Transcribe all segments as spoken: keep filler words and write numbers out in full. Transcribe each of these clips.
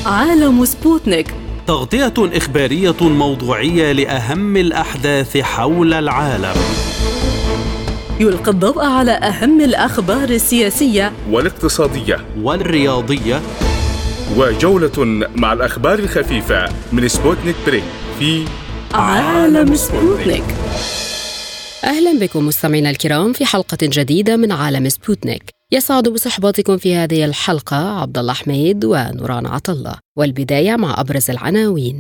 عالم سبوتنيك، تغطية إخبارية موضوعية لأهم الأحداث حول العالم. يلقي الضوء على أهم الأخبار السياسية والاقتصادية والرياضية، وجولة مع الأخبار الخفيفة من سبوتنيك بريك في عالم سبوتنيك. أهلا بكم مستمعينا الكرام في حلقة جديدة من عالم سبوتنيك. يسعد بصحبتكم في هذه الحلقة عبد الله حميد ونوران عطلة، والبداية مع أبرز العناوين.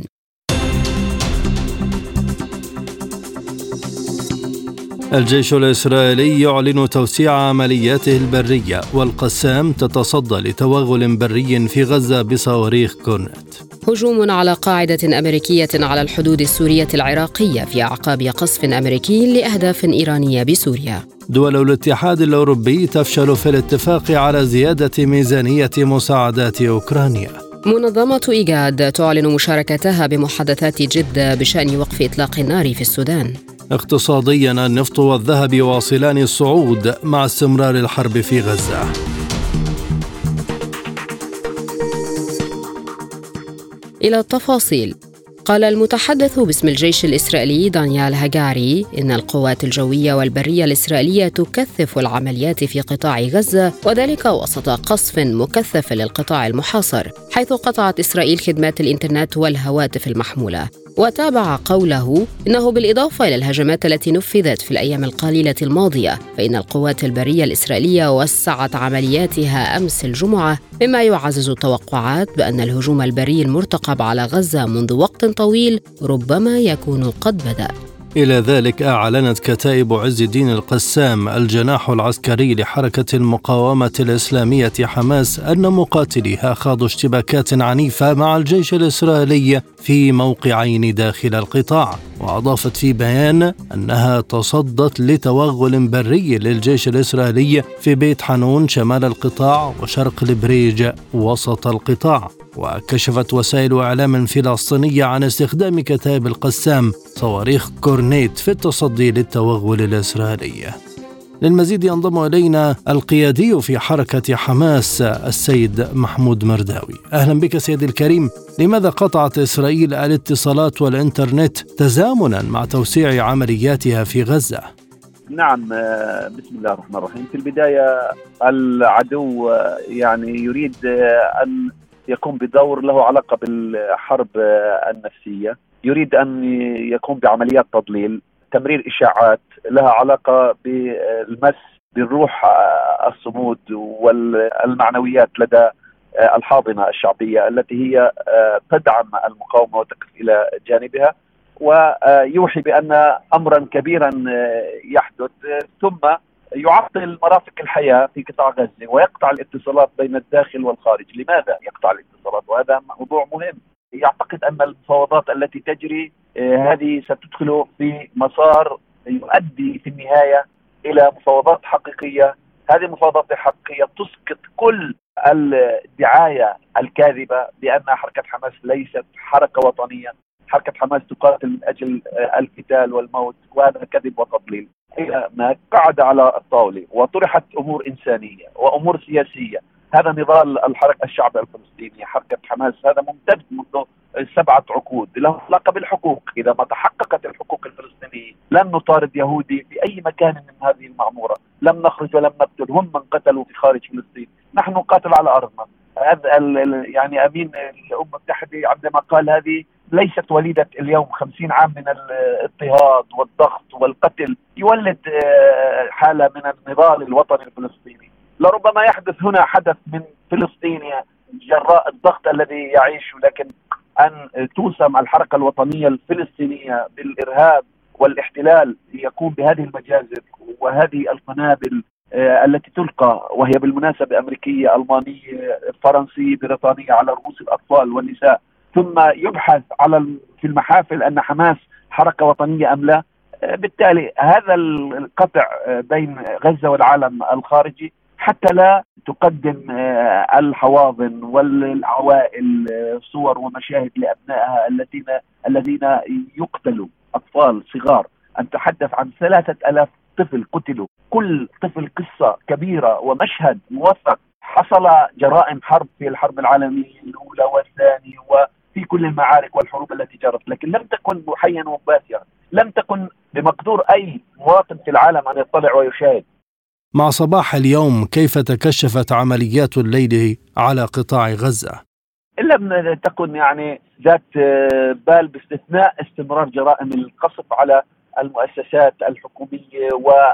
الجيش الإسرائيلي يعلن توسيع عملياته البرية، والقسام تتصدى لتوغل بري في غزة بصواريخ كورنت. هجوم على قاعدة أمريكية على الحدود السورية العراقية في أعقاب قصف أمريكي لأهداف إيرانية بسوريا. دول الاتحاد الأوروبي تفشل في الاتفاق على زيادة ميزانية مساعدات أوكرانيا. منظمة إيجاد تعلن مشاركتها بمحادثات جدة بشأن وقف إطلاق النار في السودان. اقتصاديا، النفط والذهب واصلان الصعود مع استمرار الحرب في غزة. إلى التفاصيل. قال المتحدث باسم الجيش الإسرائيلي دانيال هاجاري إن القوات الجوية والبرية الإسرائيلية تكثف العمليات في قطاع غزة، وذلك وسط قصف مكثف للقطاع المحاصر، حيث قطعت إسرائيل خدمات الإنترنت والهواتف المحمولة. وتابع قوله إنه بالإضافة إلى الهجمات التي نفذت في الأيام القليلة الماضية، فإن القوات البرية الإسرائيلية وسعت عملياتها أمس الجمعة، مما يعزز التوقعات بأن الهجوم البري المرتقب على غزة منذ وقت طويل ربما يكون قد بدأ. إلى ذلك، أعلنت كتائب عز الدين القسام الجناح العسكري لحركة المقاومة الإسلامية حماس أن مقاتليها خاضوا اشتباكات عنيفة مع الجيش الإسرائيلي في موقعين داخل القطاع. وأضافت في بيان أنها تصدت لتوغل بري للجيش الإسرائيلي في بيت حنون شمال القطاع وشرق البريج وسط القطاع. وكشفت وسائل إعلام فلسطينية عن استخدام كتائب القسام صواريخ كورنيت في التصدي للتوغل الإسرائيلي. للمزيد ينضم إلينا القيادي في حركة حماس السيد محمود مرداوي. أهلا بك سيدي الكريم. لماذا قطعت إسرائيل الاتصالات والإنترنت تزامنا مع توسيع عملياتها في غزة؟ نعم، بسم الله الرحمن الرحيم. في البداية، العدو يعني يريد أن يقوم بدور له علاقة بالحرب النفسية، يريد أن يقوم بعمليات تضليل، تمرير إشاعات لها علاقة بالمس بالروح الصمود والمعنويات لدى الحاضنة الشعبية التي هي تدعم المقاومة وتقف إلى جانبها، ويوحي بأن أمرا كبيرا يحدث، ثم يعطل مرافق الحياة في قطاع غزة ويقطع الاتصالات بين الداخل والخارج. لماذا يقطع الاتصالات؟ وهذا موضوع مهم. يعتقد أن المفاوضات التي تجري هذه ستدخله في مسار يؤدي في النهاية إلى مفاوضات حقيقية. هذه المفاوضات الحقيقية تسقط كل الدعاية الكاذبة بأن حركة حماس ليست حركة وطنية. حركة حماس تقاتل من أجل القتال والموت، وهذا كذب وتضليل. ما قعد على الطاولة وطرحت أمور إنسانية وأمور سياسية. هذا نضال الحركة الشعب الفلسطيني. حركة حماس هذا ممتد منذ سبعة عقود، له علاقة بالحقوق. إذا ما تحققت الحقوق الفلسطينية لن نطارد يهودي في أي مكان من هذه المعمورة، لم نخرج ولم نقتل. هم من قتلوا في خارج فلسطين، نحن نقاتل على أرضنا. هذا يعني أمين الأمم المتحدة عندما قال هذه ليست وليدة اليوم، خمسين عام من الاضطهاد والضغط والقتل يولد حالة من النضال الوطني الفلسطيني. لربما يحدث هنا حدث من فلسطين جراء الضغط الذي يعيشه، لكن أن توسم الحركة الوطنية الفلسطينية بالإرهاب والاحتلال يقوم بهذه المجازر وهذه القنابل التي تلقى، وهي بالمناسبة أمريكية، ألمانية، فرنسية، بريطانية، على رؤوس الأطفال والنساء، ثم يبحث على في المحافل أن حماس حركة وطنية أم لا. بالتالي هذا القطع بين غزة والعالم الخارجي حتى لا تقدم الحواضن والعوائل صور ومشاهد لأبنائها الذين الذين يقتلوا، أطفال صغار. أتحدث عن ثلاثة ألاف طفل قتلوا، كل طفل قصة كبيرة ومشهد موثق حصل جرائم حرب في الحرب العالمية الأولى والثانية وفي كل المعارك والحروب التي جرت، لكن لم تكن محيا وباسرا، لم تكن بمقدور أي مواطن في العالم أن يطلع ويشاهد. مع صباح اليوم كيف تكشفت عمليات الليل على قطاع غزة؟ إن لم تكن يعني ذات بال باستثناء استمرار جرائم القصف على المؤسسات الحكومية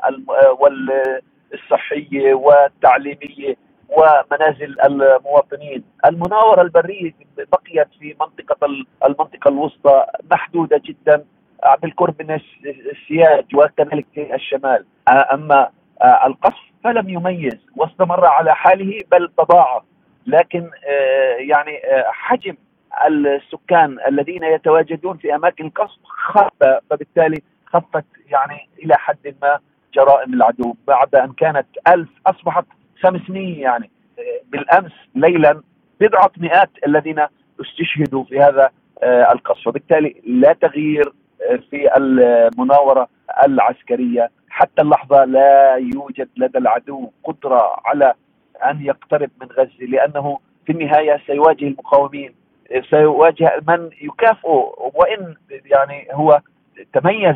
والصحية والتعليمية ومنازل المواطنين. المناورة البرية بقيت في منطقة المنطقة الوسطى محدودة جدا بالقرب من السياج وكذلك في الشمال. أما القصف فلم يميز واستمر على حاله بل تضاعف، لكن يعني حجم السكان الذين يتواجدون في أماكن القصف خف، فبالتالي خفت يعني إلى حد ما جرائم العدو. بعد أن كانت ألف أصبحت خمسمائة، يعني بالأمس ليلا بضعة مئات الذين استشهدوا في هذا القصف، وبالتالي لا تغيير في المناورة العسكرية. حتى اللحظة لا يوجد لدى العدو قدرة على أن يقترب من غزة، لأنه في النهاية سيواجه المقاومين، سيواجه من يكافئه، وإن يعني هو تميز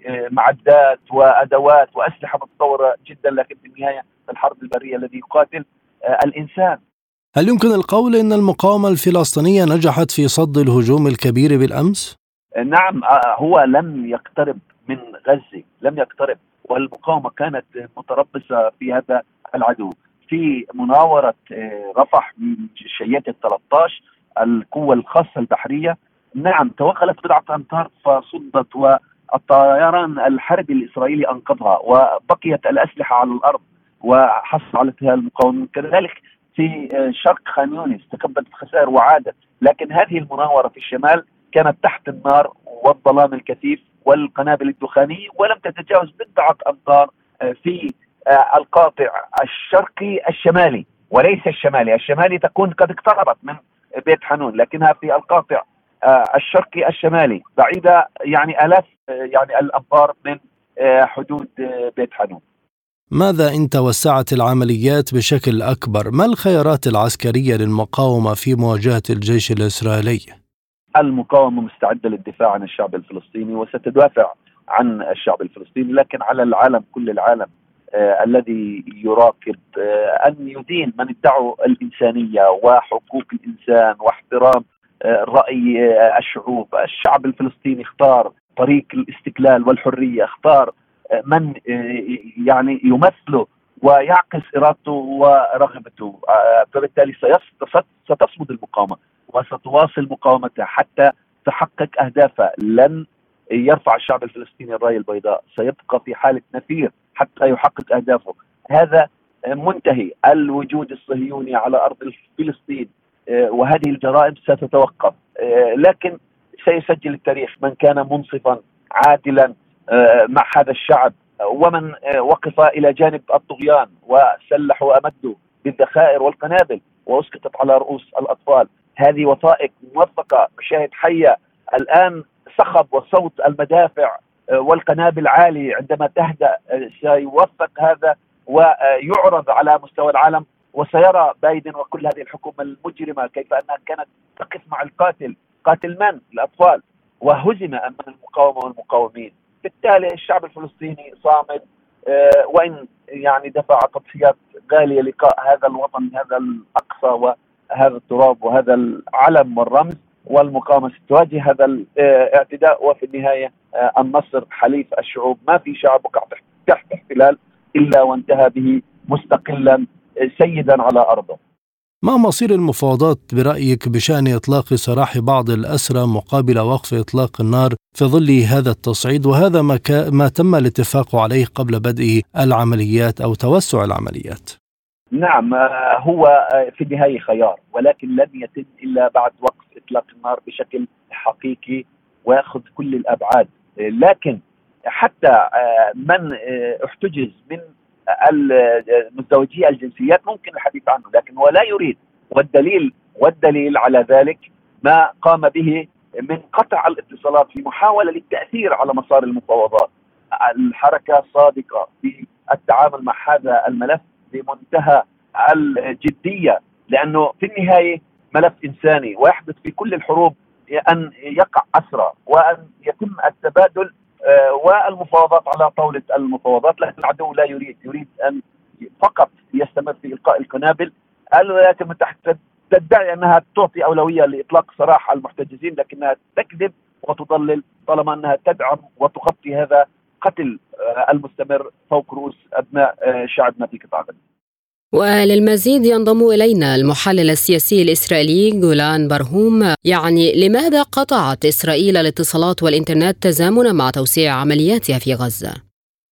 بمعدات وأدوات وأسلحة متطورة جدا، لكن في النهاية الحرب البرية الذي يقاتل الإنسان. هل يمكن القول أن المقاومة الفلسطينية نجحت في صد الهجوم الكبير بالأمس؟ نعم، هو لم يقترب من غزة، لم يقترب، والمقاومة كانت متربصة في هذا العدو. في مناورة رفح شيات الثلاثة عشر القوة الخاصة البحرية نعم توغلت بضعة أمتار فصدت، والطيران الحربي الإسرائيلي أنقذها، وبقيت الأسلحة على الأرض وحصلتها المقاومين. كذلك في شرق خان يونس تكبدت خسائر وعادت، لكن هذه المناورة في الشمال كانت تحت النار والظلام الكثيف والقنابل الدخانية، ولم تتجاوز بضعة أمتار في القاطع الشرقي الشمالي وليس الشمالي. الشمالي تكون قد اقتربت من بيت حنون، لكنها في القاطع الشرقي الشمالي بعيدة يعني آلاف يعني الأمتار من حدود بيت حنون. ماذا إن توسعت العمليات بشكل أكبر؟ ما الخيارات العسكرية للمقاومة في مواجهة الجيش الإسرائيلي؟ المقاومة مستعدة للدفاع عن الشعب الفلسطيني وستدافع عن الشعب الفلسطيني، لكن على العالم كل العالم آه الذي يراقب آه أن يدين من ادعوا الإنسانية وحقوق الإنسان واحترام آه رأي آه الشعوب. الشعب الفلسطيني اختار طريق الاستقلال والحرية، اختار آه من آه يعني يمثله ويعكس إرادته ورغبته، آه فبالتالي ستصمد المقاومة وستواصل مقاومتها حتى تحقق أهدافها. لن يرفع الشعب الفلسطيني الراية البيضاء، سيبقى في حالة نفير حتى يحقق أهدافه. هذا منتهي الوجود الصهيوني على أرض فلسطين، وهذه الجرائم ستتوقف، لكن سيسجل التاريخ من كان منصفا عادلا مع هذا الشعب، ومن وقف إلى جانب الطغيان وسلح وأمده بالذخائر والقنابل وأسقطت على رؤوس الأطفال. هذه وثائق موثقة، مشاهد حية. الآن صخب وصوت المدافع والقنابل عالي، عندما تهدأ سيوثق هذا ويعرض على مستوى العالم، وسيرى بايدن وكل هذه الحكومة المجرمة كيف أنها كانت تقف مع القاتل. قاتل من؟ الأطفال، وهزم أمام المقاومة والمقاومين. بالتالي الشعب الفلسطيني صامد، وإن يعني دفع تضحيات غالية لقاء هذا الوطن، هذا الأقصى وهذا التراب وهذا العلم والرمز، والمقاومة ستواجه هذا الاعتداء، وفي النهاية النصر حليف الشعوب. ما في شعب وقع تحت احتلال إلا وانتهى به مستقلا سيدا على أرضه. ما مصير المفاوضات برأيك بشأن إطلاق سراح بعض الأسرى مقابل وقف إطلاق النار في ظل هذا التصعيد، وهذا ما, ك... ما تم الاتفاق عليه قبل بدء العمليات أو توسع العمليات؟ نعم، هو في النهاية خيار، ولكن لن يتم إلا بعد وقف إطلاق النار بشكل حقيقي ويأخذ كل الأبعاد. لكن حتى من احتجز من مزدوجي الجنسيات ممكن الحديث عنه، لكن هو لا يريد، والدليل والدليل على ذلك ما قام به من قطع الاتصالات في محاولة للتأثير على مسار المفاوضات. الحركة صادقة في التعامل مع هذا الملف بمنتهى الجدية، لأنه في النهاية ملف إنساني، ويحدث في كل الحروب أن يقع أسرى وأن يتم التبادل والمفاوضات على طاولة المفاوضات، لكن العدو لا يريد يريد أن فقط يستمر في إلقاء القنابل. الولايات المتحدة تدعي أنها تعطي أولوية لإطلاق سراح المحتجزين، لكنها تكذب وتضلل طالما أنها تدعم وتغطي هذا قتل المستمر فوق رؤوس أبناء شعبنا في قطاع غزة. وللمزيد ينضم إلينا المحلل السياسي الإسرائيلي جولان برهوم. يعني لماذا قطعت إسرائيل الاتصالات والإنترنت تزامنا مع توسيع عملياتها في غزة؟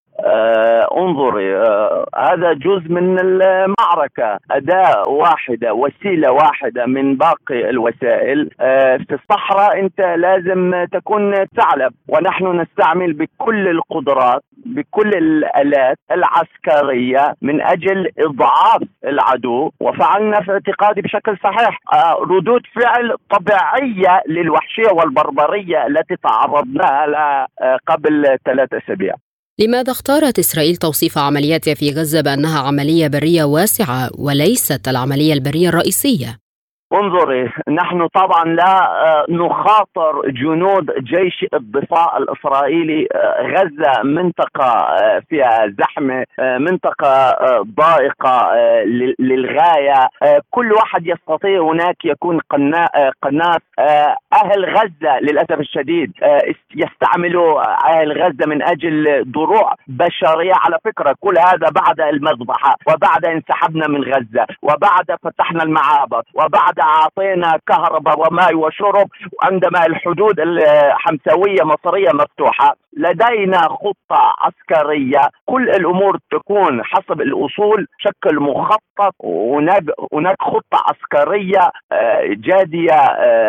آه انظري، آه هذا جزء من المعركة، أداة واحدة، وسيلة واحدة من باقي الوسائل. آه في الصحراء أنت لازم تكون ثعلب، ونحن نستعمل بكل القدرات بكل الآلات العسكرية من أجل إضعاف العدو، وفعلنا في اعتقادي بشكل صحيح آه ردود فعل طبيعية للوحشية والبربرية التي تعرضنا لها آه قبل ثلاثة أسابيع. لماذا اختارت إسرائيل توصيف عملياتها في غزة بأنها عملية برية واسعة وليست العملية البرية الرئيسية؟ انظري، نحن طبعا لا نخاطر جنود جيش الدفاع الإسرائيلي. غزة منطقة فيها زحمة، منطقة ضائقة للغاية، كل واحد يستطيع هناك يكون قناص. أهل غزة للأسف الشديد يستعملوا أهل غزة من أجل دروع بشرية. على فكرة كل هذا بعد المذبحة، وبعد انسحبنا من غزة، وبعد فتحنا المعابر، وبعد أعطينا كهرباء وماء وشرب، وعندما الحدود الحمساوية مصرية مفتوحة. لدينا خطة عسكرية، كل الأمور تكون حسب الأصول، شكل مخطط، هناك خطة عسكرية جادية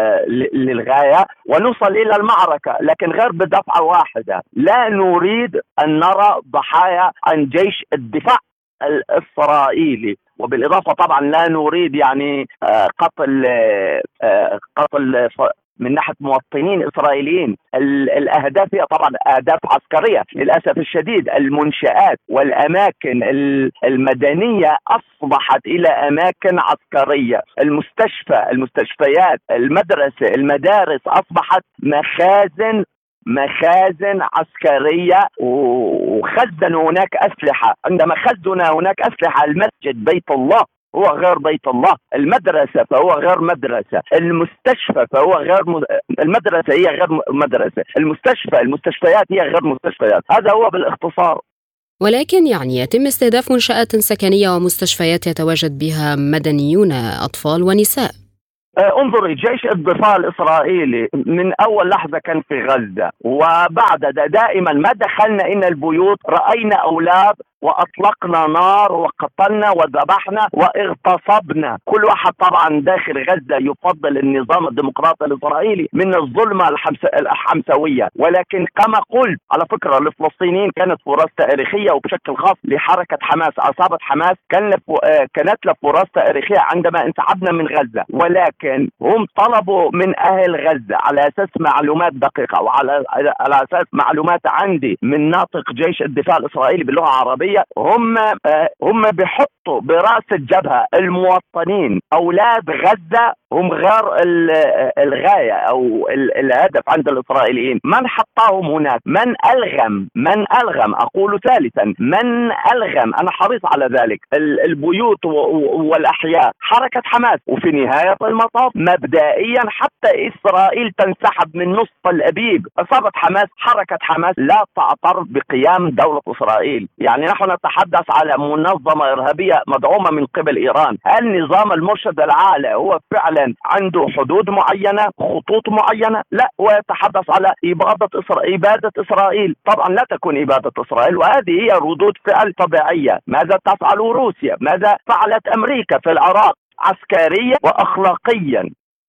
للغاية، ونوصل إلى المعركة، لكن غير بدفعة واحدة. لا نريد أن نرى ضحايا عن جيش الدفاع الإسرائيلي، وبالإضافة طبعا لا نريد يعني قتل قتل من ناحية مواطنين إسرائيليين. الأهداف هي طبعا أهداف عسكرية للأسف الشديد. المنشآت والأماكن المدنية أصبحت إلى أماكن عسكرية. المستشفى المستشفيات المدرسة المدارس أصبحت مخازن مخازن عسكرية، وخزنوا هناك أسلحة. عندما خزنوا هناك أسلحة، المسجد بيت الله هو غير بيت الله، المدرسة فهو غير مدرسة، المستشفى فهو غير م... المدرسة هي غير مدرسة، المستشفى المستشفيات هي غير مستشفيات. هذا هو بالاختصار. ولكن يعني يتم استهداف منشآت سكنية ومستشفيات يتواجد بها مدنيون، أطفال ونساء. انظري، جيش الدفاع الإسرائيلي من أول لحظة كان في غزة، وبعد دائما ما دخلنا إن البيوت رأينا أولاد وأطلقنا نار وقتلنا وذبحنا واغتصبنا. كل واحد طبعا داخل غزة يفضل النظام الديمقراطي الإسرائيلي من الظلمة الحمسوية، ولكن كما قلت على فكرة الفلسطينيين كانت فرص تاريخية، وبشكل خاص لحركة حماس. عصابة حماس كانت له فرص تاريخية عندما انسحبنا من غزة، ولكن هم طلبوا من أهل غزة على أساس معلومات دقيقة وعلى على أساس معلومات عندي من ناطق جيش الدفاع الإسرائيلي باللغة العربية، هم هم بيحطوا براس الجبهة المواطنين. أولاد غزة هم غير الغاية أو الهدف عند الإسرائيليين. من حطاهم هناك؟ من ألغم من ألغم أقول ثالثا من ألغم، أنا حريص على ذلك، البيوت والأحياء حركة حماس. وفي نهاية المطاف مبدئيا حتى إسرائيل تنسحب من نص تل أبيب، عصابة حماس حركة حماس لا تعترف بقيام دولة إسرائيل. يعني نحن نتحدث على منظمة إرهابية مدعومة من قبل إيران. هل نظام المرشد الأعلى هو فعلا عنده حدود معينة، خطوط معينة؟ لا، هو يتحدث على إبادة إسرائيل. إبادة إسرائيل طبعا لا تكون إبادة إسرائيل، وهذه هي ردود فعل طبيعية. ماذا تفعل روسيا؟ ماذا فعلت أمريكا في العراق عسكريا وأخلاقيا؟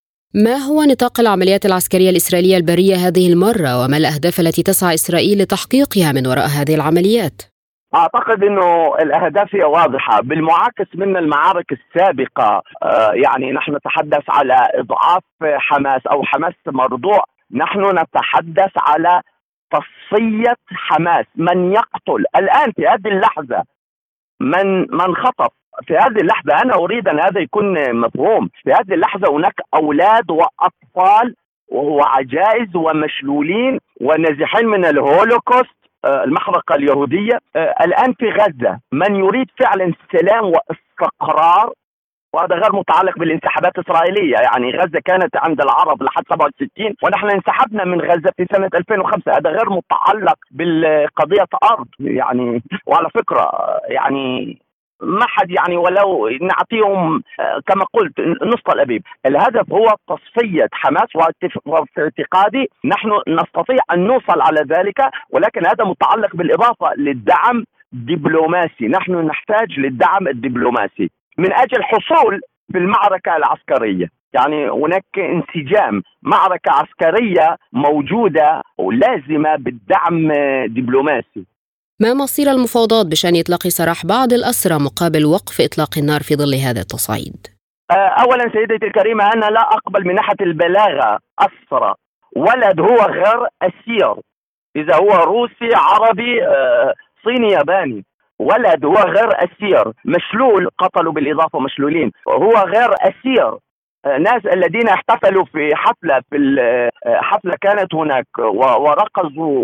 ما هو نطاق العمليات العسكرية الإسرائيلية البرية هذه المرة، وما الأهداف التي تسعى إسرائيل لتحقيقها من وراء هذه العمليات؟ أعتقد أنه الأهداف هي واضحة بالمعاكس من المعارك السابقة. آه يعني نحن نتحدث على إضعاف حماس أو حماس مرضوع، نحن نتحدث على تصفية حماس. من يقتل الآن في هذه اللحظة من من خطف. في هذه اللحظة أنا أريد أن هذا يكون مفهوم، في هذه اللحظة هناك أولاد وأطفال وعجائز ومشلولين ونازحين من الهولوكوست، المحرقة اليهودية، الآن في غزة. من يريد فعلا سلام واستقرار، وهذا غير متعلق بالانسحابات الإسرائيلية. يعني غزة كانت عند العرب لحد سبعة وستين ونحن انسحبنا من غزة في سنة ألفين وخمسة، هذا غير متعلق بالقضية أرض. يعني وعلى فكرة يعني ما حد يعني ولو نعطيهم كما قلت نصف الأبيب. الهدف هو تصفية حماس، وفي اعتقادي نحن نستطيع أن نوصل على ذلك، ولكن هذا متعلق بالإضافة للدعم الدبلوماسي. نحن نحتاج للدعم الدبلوماسي من أجل الحصول في المعركة العسكرية. يعني هناك انسجام، معركة عسكرية موجودة ولازمة بالدعم الدبلوماسي. ما مصير المفاوضات بشأن إطلاق سراح بعض الأسرى مقابل وقف إطلاق النار في ظل هذا التصعيد؟ أولا سيدتي الكريمة، أنا لا أقبل من ناحية البلاغة أسرى. ولد هو غير أسير، إذا هو روسي عربي صيني ياباني، ولد هو غير أسير. مشلول قتلوا بالإضافة مشلولين، هو غير أسير. ناس الذين احتفلوا في حفلة في حفلة كانت هناك ورقصوا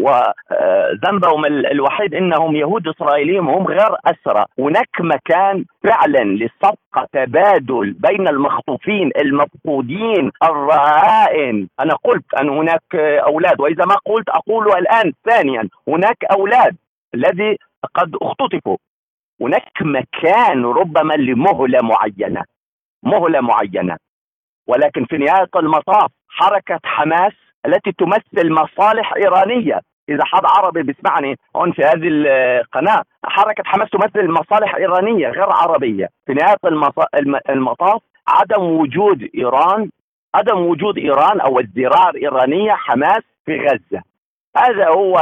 وذنبهم الوحيد انهم يهود اسرائيليين، هم غير اسرى. هناك مكان فعلا لصفقة تبادل بين المخطوفين المفقودين الرهائن. انا قلت ان هناك اولاد، واذا ما قلت اقول الان ثانيا، هناك اولاد الذي قد اختطفوا. هناك مكان ربما لمهلة معينة مهلة معينة ولكن في نهاية المطاف حركة حماس التي تمثل مصالح إيرانية، إذا حد عربي بيسمعني هون في هذه القناة، حركة حماس تمثل مصالح إيرانية غير عربية. في نهاية المطاف عدم وجود إيران عدم وجود إيران أو ازدرار إيرانية حماس في غزة، هذا هو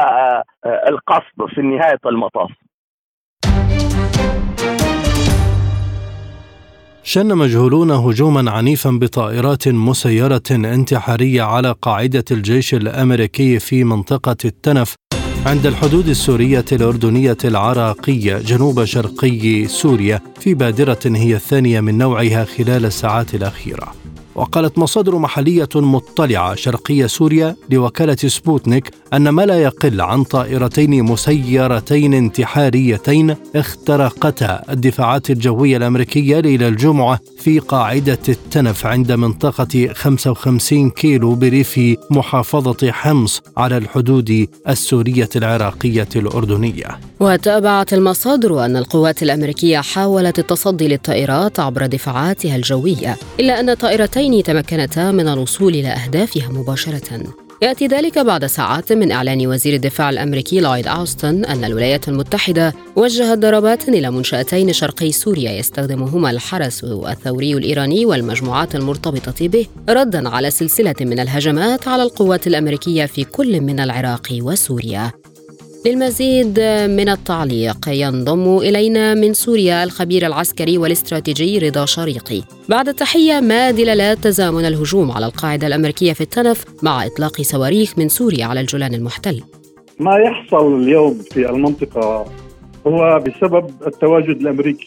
القصد في نهاية المطاف. شن مجهولون هجوما عنيفا بطائرات مسيرة انتحارية على قاعدة الجيش الأمريكي في منطقة التنف عند الحدود السورية الأردنية العراقية جنوب شرقي سوريا، في بادرة هي الثانية من نوعها خلال الساعات الأخيرة. وقالت مصادر محلية مطلعة شرقية سوريا لوكالة سبوتنيك أن ما لا يقل عن طائرتين مسيرتين انتحاريتين اخترقتا الدفاعات الجوية الأمريكية ليلة الجمعة في قاعدة التنف عند منطقة خمسة وخمسين كيلو بريف محافظة حمص على الحدود السورية العراقية الأردنية. وتابعت المصادر أن القوات الأمريكية حاولت التصدي للطائرات عبر دفاعاتها الجوية، إلا أن طائرتين تمكنتا من الوصول إلى أهدافها مباشرة. يأتي ذلك بعد ساعات من إعلان وزير الدفاع الأمريكي لويد أوستن أن الولايات المتحدة وجهت ضربات إلى منشأتين شرقي سوريا يستخدمهما الحرس الثوري الإيراني والمجموعات المرتبطة به، رداً على سلسلة من الهجمات على القوات الأمريكية في كل من العراق وسوريا. للمزيد من التعليق ينضم إلينا من سوريا الخبير العسكري والاستراتيجي رضا شريقي. بعد التحية، ما دلالات تزامن الهجوم على القاعدة الأمريكية في التنف مع إطلاق صواريخ من سوريا على الجولان المحتل؟ ما يحصل اليوم في المنطقة هو بسبب التواجد الأمريكي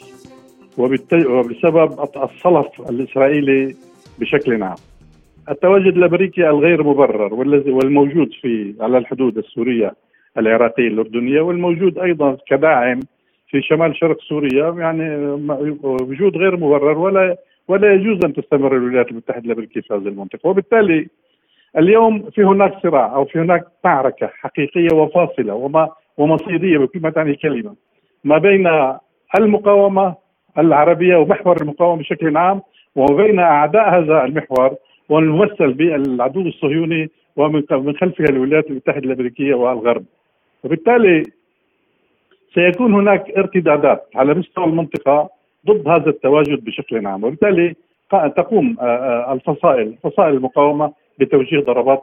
وبسبب الصلف الإسرائيلي بشكل عام. التواجد الأمريكي الغير مبرر والذي والموجود في على الحدود السورية العراقية الأردنية، والموجود أيضا كداعم في شمال شرق سوريا، يعني وجود غير مبرر ولا ولا يجوز أن تستمر الولايات المتحدة الأمريكية في هذه المنطقة. وبالتالي اليوم في هناك صراع أو في هناك معركة حقيقية وفاصلة وما ومصيرية بكل ما تعني كلمة ما بين المقاومة العربية ومحور المقاومة بشكل عام وما بين أعداء هذا المحور والممثل بالعدو الصهيوني ومن خلفها الولايات المتحدة الأمريكية والغرب. وبالتالي سيكون هناك ارتدادات على مستوى المنطقة ضد هذا التواجد بشكل عام، وبالتالي تقوم الفصائل فصائل المقاومة بتوجيه ضربات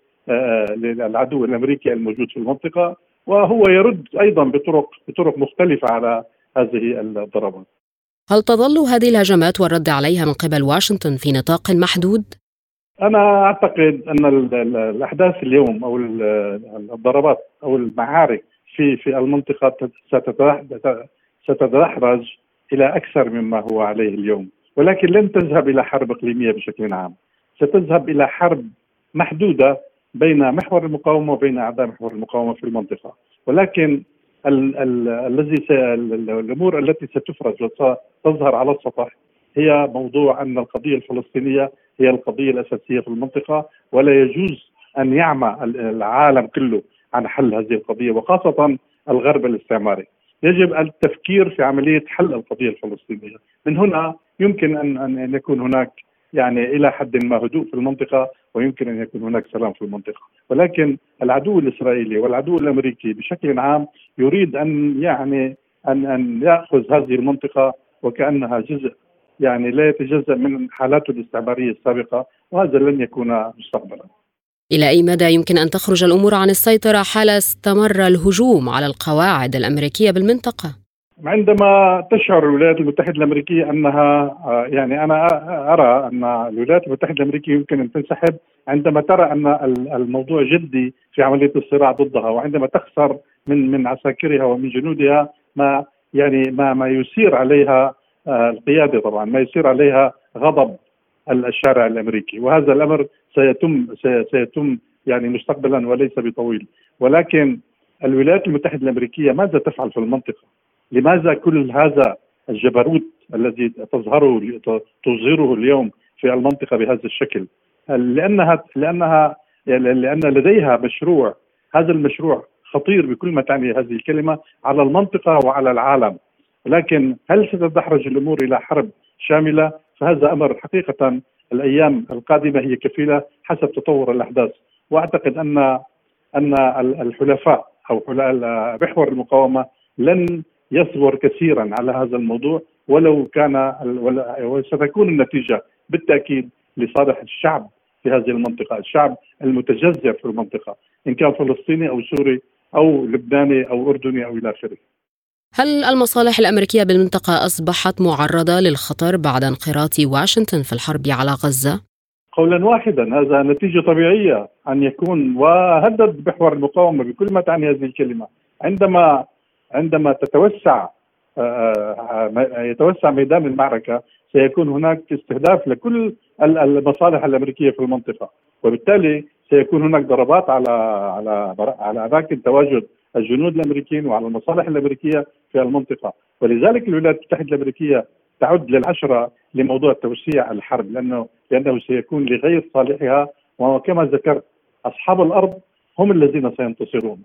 للعدو الأمريكي الموجود في المنطقة، وهو يرد أيضا بطرق بطرق مختلفة على هذه الضربات. هل تظل هذه الهجمات والرد عليها من قبل واشنطن في نطاق محدود؟ أنا أعتقد أن الأحداث اليوم أو الضربات أو المعارك في في المنطقة ستتدحرج إلى أكثر مما هو عليه اليوم، ولكن لن تذهب إلى حرب إقليمية بشكل عام، ستذهب إلى حرب محدودة بين محور المقاومة وبين أعداء محور المقاومة في المنطقة. ولكن ال- ال- الذي س- الأمور التي ستفرز وستظهر على السطح هي موضوع أن القضية الفلسطينية هي القضية الأساسية في المنطقة، ولا يجوز أن يعمى العالم كله عن حل هذه القضية، وخاصة الغرب الاستعماري. يجب التفكير في عملية حل القضية الفلسطينية. من هنا يمكن أن أن يكون هناك يعني إلى حد ما هدوء في المنطقة، ويمكن أن يكون هناك سلام في المنطقة. ولكن العدو الإسرائيلي والعدو الأمريكي بشكل عام يريد أن يعني أن أن يأخذ هذه المنطقة وكأنها جزء يعني لا يتجزأ من حالاته الاستعمارية السابقة، وهذا لن يكون مستقبلا. إلى أي مدى يمكن أن تخرج الأمور عن السيطرة حال استمر الهجوم على القواعد الأمريكية بالمنطقة؟ عندما تشعر الولايات المتحدة الأمريكية أنها يعني أنا أرى أن الولايات المتحدة الأمريكية يمكن أن تنسحب عندما ترى أن الموضوع جدي في عملية الصراع ضدها، وعندما تخسر من من عساكرها ومن جنودها ما يعني ما ما يثير عليها القيادة، طبعا ما يثير عليها غضب الشارع الأمريكي، وهذا الأمر سيتم سيتم يعني مستقبلا وليس بطويل. ولكن الولايات المتحدة الأمريكية ماذا تفعل في المنطقة؟ لماذا كل هذا الجبروت الذي تظهره تظهره اليوم في المنطقة بهذا الشكل؟ لأنها لأنها لأن لديها مشروع، هذا المشروع خطير بكل ما تعني هذه الكلمة على المنطقة وعلى العالم. لكن هل ستتدحرج الأمور إلى حرب شاملة؟ فهذا أمر حقيقة الأيام القادمة هي كفيلة حسب تطور الأحداث. وأعتقد أن أن الحلفاء أو محور المقاومة لن يصبر كثيرا على هذا الموضوع، ولو كان وستكون النتيجة بالتأكيد لصالح الشعب في هذه المنطقة، الشعب المتجذر في المنطقة إن كان فلسطيني أو سوري أو لبناني أو أردني أو إلى آخره. هل المصالح الأمريكية بالمنطقة أصبحت معرضة للخطر بعد انخراط واشنطن في الحرب على غزة؟ قولا واحدا هذا نتيجة طبيعية أن يكون، وهدد محور المقاومة بكل ما تعني هذه الكلمة. عندما عندما تتوسع يتوسع ميدان المعركة سيكون هناك استهداف لكل المصالح الأمريكية في المنطقة، وبالتالي سيكون هناك ضربات على على على أماكن تواجد الجنود الأمريكيين وعلى المصالح الأمريكية في المنطقة. ولذلك الولايات المتحدة الأمريكية تعد للعشرة لموضوع توسيع الحرب، لأنه لأنه سيكون لغير صالحها، وكما ذكرت أصحاب الأرض هم الذين سينتصرون.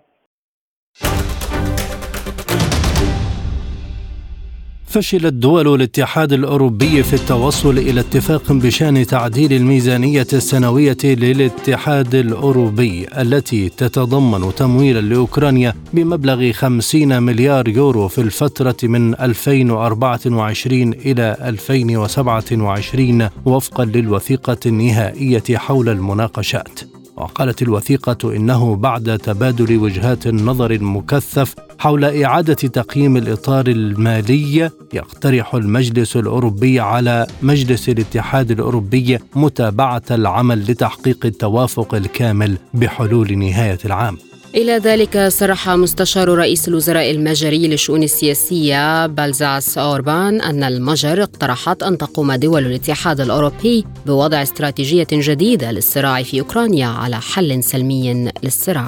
فشلت دول الاتحاد الأوروبي في التوصل إلى اتفاق بشأن تعديل الميزانية السنوية للاتحاد الأوروبي التي تتضمن تمويلا لأوكرانيا بمبلغ خمسين مليار يورو في الفترة من ألفين وأربعة وعشرين إلى ألفين وسبعة وعشرين وفقا للوثيقة النهائية حول المناقشات. وقالت الوثيقة إنه بعد تبادل وجهات النظر المكثف حول إعادة تقييم الإطار المالي يقترح المجلس الأوروبي على مجلس الاتحاد الأوروبي متابعة العمل لتحقيق التوافق الكامل بحلول نهاية العام. إلى ذلك صرح مستشار رئيس الوزراء المجري للشؤون السياسية بالزاس أوربان أن المجر اقترحت أن تقوم دول الاتحاد الأوروبي بوضع استراتيجية جديدة للصراع في أوكرانيا على حل سلمي للصراع.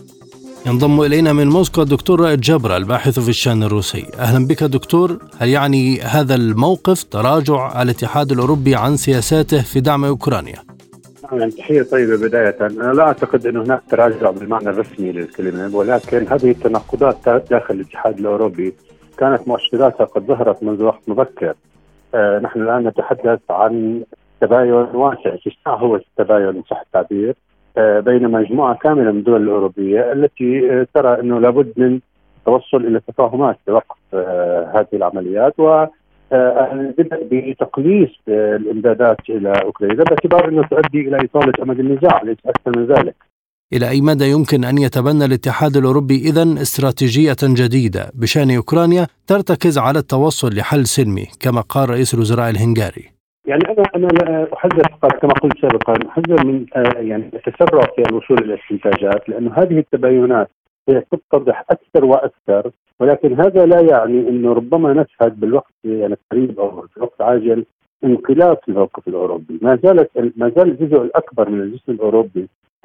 ينضم إلينا من موسكو الدكتور رائد جبر الباحث في الشأن الروسي. أهلا بك دكتور. هل يعني هذا الموقف تراجع الاتحاد الأوروبي عن سياساته في دعم أوكرانيا؟ تحية طيبة. بداية أنا لا أعتقد أن هناك تراجع بالمعنى الرسمي للكلمة، ولكن هذه التناقضات داخل الاتحاد الأوروبي كانت مؤشراتها قد ظهرت منذ وقت مبكر. آه نحن الآن نتحدث عن تباين واسع، اتساع هو التباين إن صح التعبير، آه بين مجموعة كاملة من الدول الأوروبية التي آه ترى أنه لابد من التوصل إلى تفاهمات لوقف آه هذه العمليات، و بدأ بتقليص الإمدادات إلى أوكرانيا باعتبار أنه تؤدي إلى إطالة أمد النزاع ليس أكثر من ذلك. إلى أي مدى يمكن أن يتبنى الاتحاد الأوروبي إذن استراتيجية جديدة بشأن أوكرانيا ترتكز على التوصل لحل سلمي كما قال رئيس الوزراء الهنغاري؟ يعني أنا أنا لا أحذر فقط كما قلت سابقا، أحذر من يعني التسرع في الوصول إلى الاستنتاجات، لأنه هذه التباينات هي تتضح أكثر وأكثر ولكن هذا لا يعني أنه ربما نشهد بالوقت يعني قريب أو في وقت عاجل انقلاب في الموقف الأوروبي. ما زالت ما زال الجزء الأكبر من الجسم الأوروبي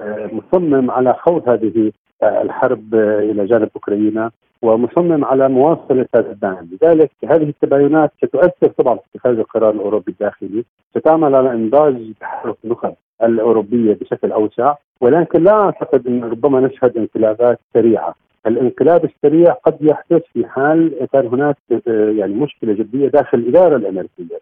مصمم على خوض هذه الحرب إلى جانب أوكرانيا ومصمم على مواصلة هذا الدعم. لذلك هذه التباينات ستؤثر طبعا في اتخاذ القرار الأوروبي الداخلي، ستعمل على إنضاج تحرك النخب الأوروبية بشكل أوسع، ولكن لا أعتقد أن ربما نشهد انقلابات سريعة. الانقلاب السريع قد يحدث في حال كان هناك يعني مشكلة جدية داخل الإدارة الأمريكية.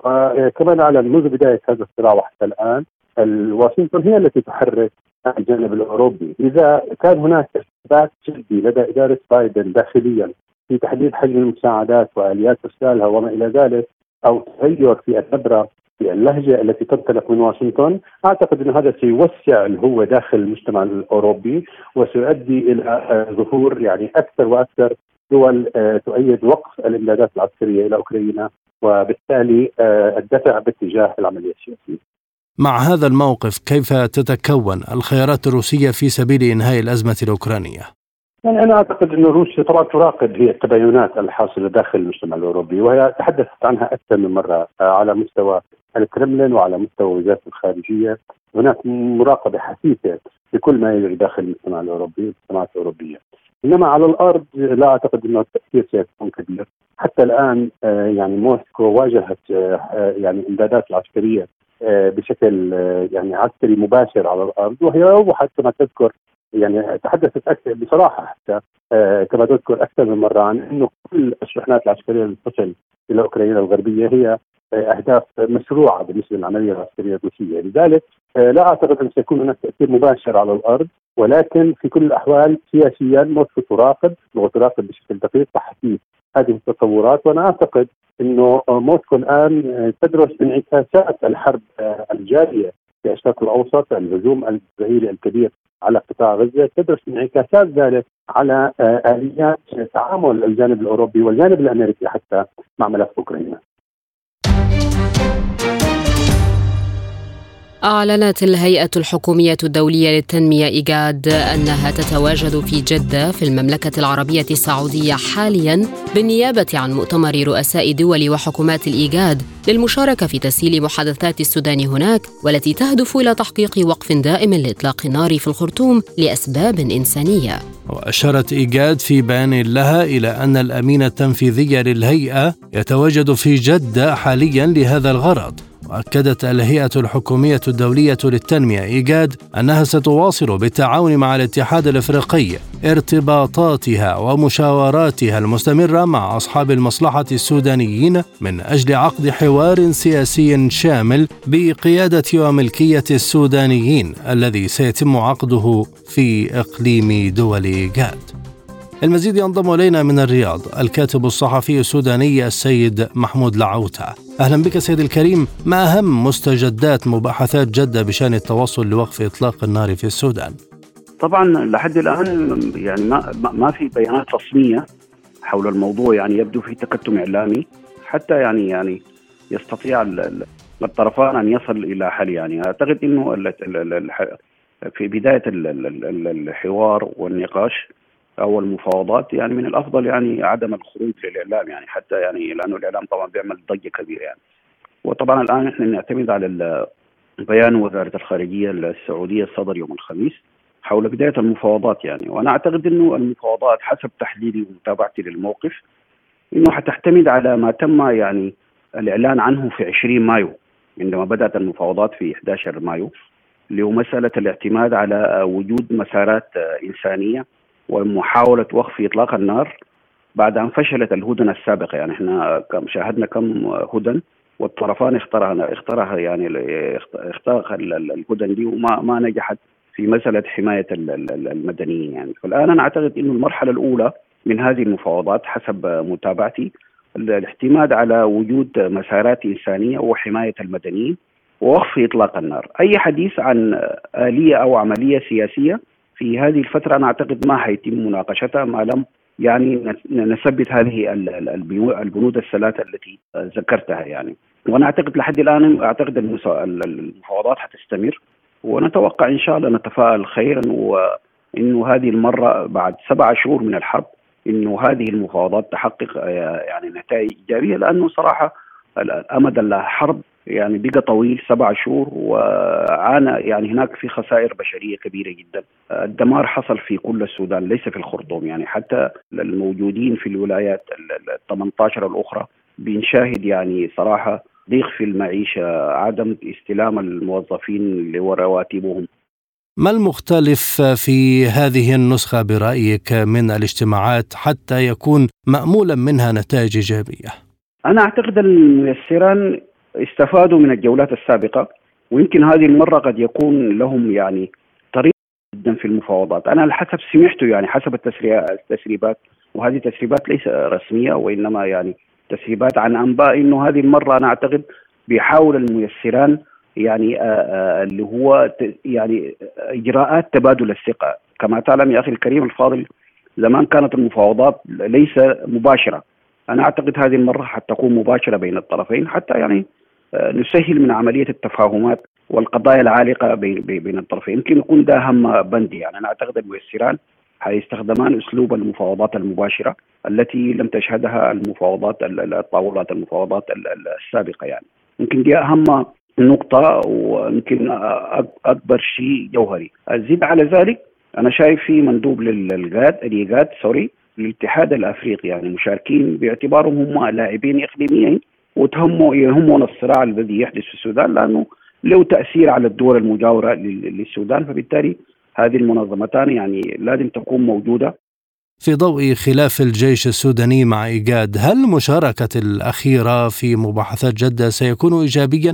وكما نعلم منذ بداية هذا الصراع وحتى الآن واشنطن هي التي تحرك الجانب الأوروبي. إذا كان هناك ثبات جدي لدى إدارة بايدن داخليا في تحديد حجم المساعدات وآليات إرسالها وما إلى ذلك، أو تغير في النبرة في اللهجة التي تنطلق من واشنطن، أعتقد أن هذا سيوسع الهوة داخل المجتمع الأوروبي وسيؤدي إلى ظهور يعني أكثر وأكثر دول تؤيد وقف الإمدادات العسكرية إلى أوكرانيا، وبالتالي الدفع باتجاه العملية السياسية. مع هذا الموقف كيف تتكون الخيارات الروسية في سبيل إنهاء الأزمة الأوكرانية؟ يعني أنا أعتقد أن روسيا طبعا تراقب هي التباينات الحاصلة داخل المجتمع الأوروبي، وهي تحدثت عنها أكثر من مرة على مستوى الكرملين وعلى مستوى وزارة الخارجية. هناك مراقبة حثيثة لكل ما يجري داخل المجتمع الأوروبي والمجتمعات الأوروبية، إنما على الأرض لا أعتقد أنه التأثير سيكون كبير. حتى الآن يعني موسكو واجهت يعني الإمدادات العسكرية بشكل يعني عسكري مباشر على الأرض، وهي وضحت كما تذكر يعني تحدثت أكثر بصراحة حتى كما تذكر أكثر من مرة عن أنه كل الشحنات العسكرية اللي تصل إلى أوكرانيا الغربية هي أهداف مشروعة بالنسبة للعملية العسكرية الروسية. لذلك لا أعتقد أن سيكون هناك تأثير مباشر على الأرض، ولكن في كل الأحوال سياسيا موسكو تراقب وتراقب بشكل دقيق تحديد هذه التطورات. وأنا أعتقد أنه موسكو الآن تدرس انعكاسات الحرب الجارية في الشرق الأوسط، الهجوم الإسرائيلي الكبير على قطاع غزة، تدرس انعكاسات ذلك على آليات تعامل الجانب الأوروبي والجانب الأمريكي حتى مع ملف أوكرانيا. أعلنت الهيئة الحكومية الدولية للتنمية إيجاد أنها تتواجد في جدة في المملكة العربية السعودية حالياً بالنيابة عن مؤتمر رؤساء دول وحكومات الإيجاد للمشاركة في تسهيل محادثات السودان هناك، والتي تهدف إلى تحقيق وقف دائم لإطلاق النار في الخرطوم لأسباب إنسانية. وأشارت إيجاد في بيان لها إلى أن الأمين التنفيذي للهيئة يتواجد في جدة حالياً لهذا الغرض. وأكدت الهيئة الحكومية الدولية للتنمية إيجاد أنها ستواصل بالتعاون مع الاتحاد الأفريقي ارتباطاتها ومشاوراتها المستمرة مع أصحاب المصلحة السودانيين من أجل عقد حوار سياسي شامل بقيادة وملكية السودانيين الذي سيتم عقده في إقليم دول إيجاد. المزيد ينضم إلينا من الرياض الكاتب الصحفي السوداني السيد محمود لعوتة. أهلا بك سيد الكريم. ما أهم مستجدات مباحثات جدة بشأن التوصل لوقف إطلاق النار في السودان؟ طبعا لحد الآن يعني ما ما في بيانات رسمية حول الموضوع، يعني يبدو في تكتم إعلامي حتى يعني يعني يستطيع الطرفان أن يصل إلى حل. يعني أعتقد إنه في بداية الحوار والنقاش أو المفاوضات يعني من الأفضل يعني عدم الخروج للإعلام، يعني حتى يعني لأنه الإعلام طبعا بيعمل ضجة كبيرة يعني. وطبعا الآن إحنا نعتمد على بيان وزارة الخارجية السعودية الصدر يوم الخميس حول بداية المفاوضات يعني. وأنا أعتقد إنه المفاوضات حسب تحليلي ومتابعتي للموقف إنه حتعتمد على ما تم يعني الإعلان عنه في عشرين مايو عندما بدأت المفاوضات في أحد عشر مايو، اللي هو مسألة الاعتماد على وجود مسارات إنسانية ومحاولة وقف إطلاق النار بعد أن فشلت الهدنة السابقة. يعني إحنا شاهدنا كم هدن والطرفان اختارها اختارها يعني اختار الهدن دي وما ما نجحت في مسألة حماية المدنيين يعني. فالآن أنا أعتقد إنه المرحلة الأولى من هذه المفاوضات حسب متابعتي الاعتماد على وجود مسارات إنسانية وحماية المدنيين ووقف إطلاق النار. أي حديث عن آلية أو عملية سياسية في هذه الفترة أنا أعتقد ما حيتم مناقشتها ما لم يعني نثبت هذه البنود الثلاثة التي ذكرتها يعني. وأنا أعتقد لحد الآن أعتقد المفاوضات حتستمر، ونتوقع إن شاء الله نتفائل خيرا وإنه هذه المرة بعد سبع شهور من الحرب إنه هذه المفاوضات تحقق يعني نتائج إيجابية، لأنه صراحة الأمد الحرب يعني بقى طويل سبع شهور، وعانى يعني هناك في خسائر بشرية كبيرة جدا. الدمار حصل في كل السودان ليس في الخرطوم، يعني حتى الموجودين في الولايات ال ثمانية عشر الأخرى بنشاهد يعني صراحة ضيق في المعيشة، عدم استلام الموظفين لرواتبهم. ما المختلف في هذه النسخة برأيك من الاجتماعات حتى يكون مأمولا منها نتائج إيجابية؟ أنا أعتقد الميسران استفادوا من الجولات السابقة، ويمكن هذه المرة قد يكون لهم يعني طريق جدا في المفاوضات. أنا على حسب سمعته يعني حسب التسريبات، وهذه تسريبات ليس رسمية وإنما يعني تسريبات عن أنباء، إنه هذه المرة أنا أعتقد بيحاول الميسران يعني آآ آآ اللي هو يعني إجراءات تبادل الثقة. كما تعلم يا أخي الكريم الفاضل، زمان كانت المفاوضات ليس مباشرة، أنا أعتقد هذه المرة حتكون مباشرة بين الطرفين، حتى يعني نسهل من عملية التفاهمات والقضايا العالقة بين بين الطرفين. يمكن يكون ده أهم بند. يعني أنا أعتقد الميسران هيستخدمان أسلوب المفاوضات المباشرة التي لم تشهدها المفاوضات الطاولات المفاوضات السابقة. يعني يمكن دي أهم نقطة ويمكن أكبر شيء جوهري. أزيد على ذلك أنا شايف في مندوب للجاد اليجاد سوري الاتحاد الأفريقي يعني مشاركين باعتبارهم هم لاعبين إقليميين، وتهموا يهمون الصراع الذي يحدث في السودان لأنه له تأثير على الدول المجاورة للسودان، فبالتالي هذه المنظمتان يعني لازم تكون موجودة. في ضوء خلاف الجيش السوداني مع إيجاد، هل المشاركة الأخيرة في مباحثات جدة سيكون إيجابيا؟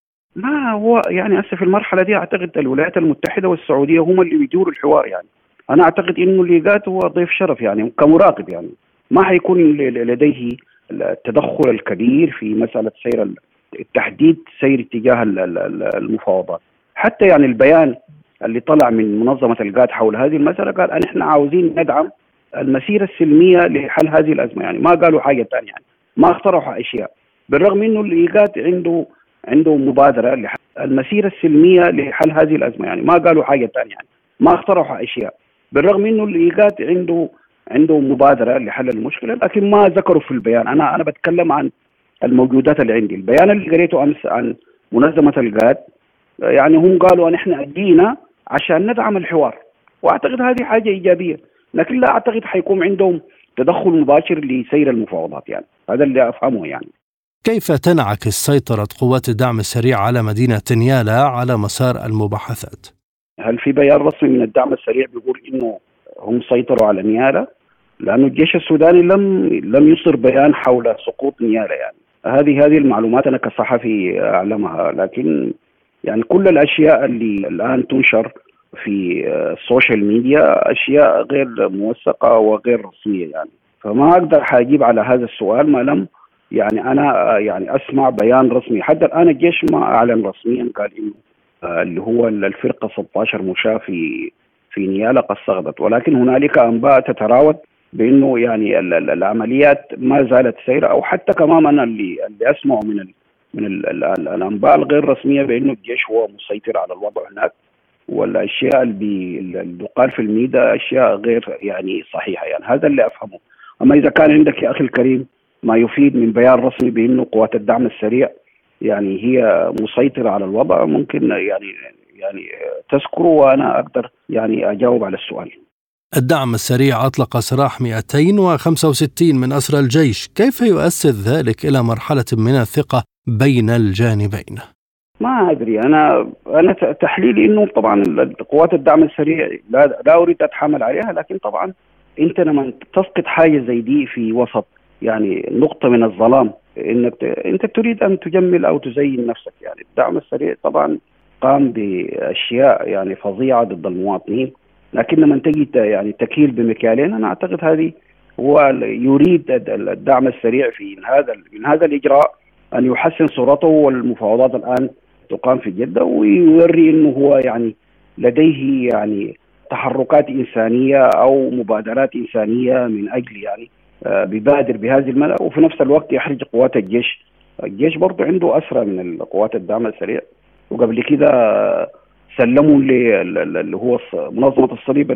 ما هو يعني هسه في المرحلة دي أعتقد الولايات المتحدة والسعودية هم اللي بيدوروا الحوار. يعني أنا أعتقد إنه الإيجاد هو ضيف شرف يعني كمراقب، يعني ما حيكون لديه التدخل الكبير في مسألة سير التحديد سير اتجاه المفاوضات. حتى يعني البيان اللي طلع من منظمة الجاد حول هذه المسألة قال أن إحنا عاوزين ندعم المسيرة السلمية لحل هذه الأزمة، يعني ما قالوا حاجة ثانية، يعني ما اقترحوا أشياء، بالرغم إنه الإيجاد عنده عنده مبادرة لحل المسيرة السلمية لحل هذه الأزمة، يعني ما قالوا حاجة ثانية، يعني ما اقترحوا أشياء، بالرغم إنه الإيجاد عنده عنده مبادرة لحل المشكلة، لكن ما ذكروا في البيان. أنا أنا بتكلم عن الموجودات اللي عندي. البيان اللي قريته أمس عن منظمة الجاد يعني هم قالوا أن إحنا أجينا عشان ندعم الحوار، وأعتقد هذه حاجة إيجابية، لكن لا أعتقد حيكون عندهم تدخل مباشر لسير المفاوضات. يعني هذا اللي أفهمه. يعني كيف تنعكس سيطرة قوات الدعم السريع على مدينة نيالا على مسار المباحثات؟ هل في بيان رسمي من الدعم السريع بيقول إنه هم سيطروا على نيالا؟ لأنه الجيش السوداني لم لم يصدر بيان حول سقوط نيالا. يعني هذه هذه المعلومات أنا كصحفي أعلمها، لكن يعني كل الأشياء اللي الآن تنشر في السوشيال ميديا أشياء غير موثقة وغير رسمية، يعني فما أقدر حاجيب على هذا السؤال ما لم يعني أنا يعني أسمع بيان رسمي. حتى الآن الجيش ما أعلن رسميا قال إنه اللي هو الفرقة ستة عشر مشاة في في نيالا قد سقطت، ولكن هنالك أنباء تتراود بأنه يعني العمليات ما زالت سيرة، أو حتى كمان أنا اللي اللي أسمعه من ال من ال ال ال الأنباء الغير رسمية بأنه الجيش هو مسيطر على الوضع هناك، والأشياء اللي اللي قال في الميديا أشياء غير يعني صحيحة. يعني هذا اللي أفهمه. أما إذا كان عندك يا أخي الكريم ما يفيد من بيان رسمي بأنه قوات الدعم السريع يعني هي مسيطرة على الوضع، ممكن يعني يعني تذكره وأنا أقدر يعني أجاوب على السؤال. الدعم السريع أطلق سراح مئتين وخمسة وستين من أسرى الجيش، كيف يؤثر ذلك إلى مرحلة من الثقة بين الجانبين؟ ما أدري. أنا أنا تحليلي إنه طبعا قوات الدعم السريع لا, لا أريد أتحمل عليها، لكن طبعا أنت لما تسقط حاجة زي دي في وسط يعني نقطة من الظلام، إنك أنت تريد أن تجمل أو تزين نفسك. يعني الدعم السريع طبعا قام بأشياء يعني فظيعة ضد المواطنين، لكن لما تجي يعني تكيل بمكيالين، أنا أعتقد هذه هو يريد الدعم السريع في هذا من هذا الإجراء أن يحسن صورته، والمفاوضات الآن تقام في جدة، ويوري إنه هو يعني لديه يعني تحركات إنسانية أو مبادرات إنسانية من أجل يعني بيبادر بهذه الملأ، وفي نفس الوقت يحرج قوات الجيش. الجيش برضو عنده أسرى من قوات الدعم السريع، وقبل كده سلموا اللي هو منظمة الصليب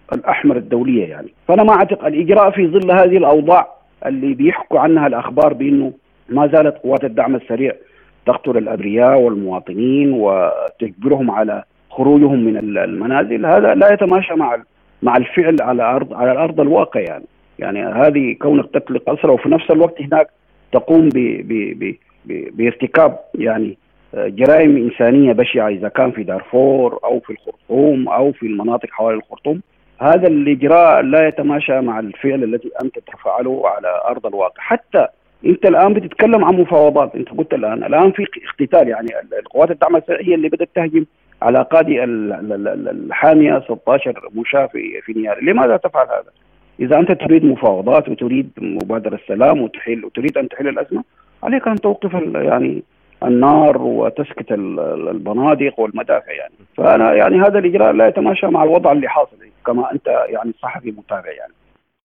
الأحمر الدولية يعني. فأنا ما أعتقد الإجراء في ظل هذه الأوضاع اللي بيحكوا عنها الأخبار بأنه ما زالت قوات الدعم السريع تقتل الأبرياء والمواطنين وتجبرهم على خروجهم من المنازل، هذا لا يتماشى مع مع الفعل على أرض على الأرض الواقع يعني. يعني هذه كونك تطلق أسرى وفي نفس الوقت هناك تقوم ب ب ب ب بارتكاب يعني جرائم إنسانية بشعة، إذا كان في دارفور أو في الخرطوم أو في المناطق حوالي الخرطوم، هذا الإجراء لا يتماشى مع الفعل الذي أنت تفعله على أرض الواقع. حتى أنت الآن بتتكلم عن مفاوضات، أنت قلت الآن الآن في اقتتال، يعني القوات الدعم السريع هي اللي بدأت تهجم على قاضي الحامية ستة عشر مشاة في في نيار. لماذا تفعل هذا؟ إذا أنت تريد مفاوضات وتريد مبادرة السلام وتحل وتريد أن تحل الأزمة، عليك أن توقف يعني النار وتسكت البنادق والمدافع يعني. فأنا يعني هذا الإجراء لا يتماشى مع الوضع اللي حاصل كما أنت يعني صحفي متابع يعني.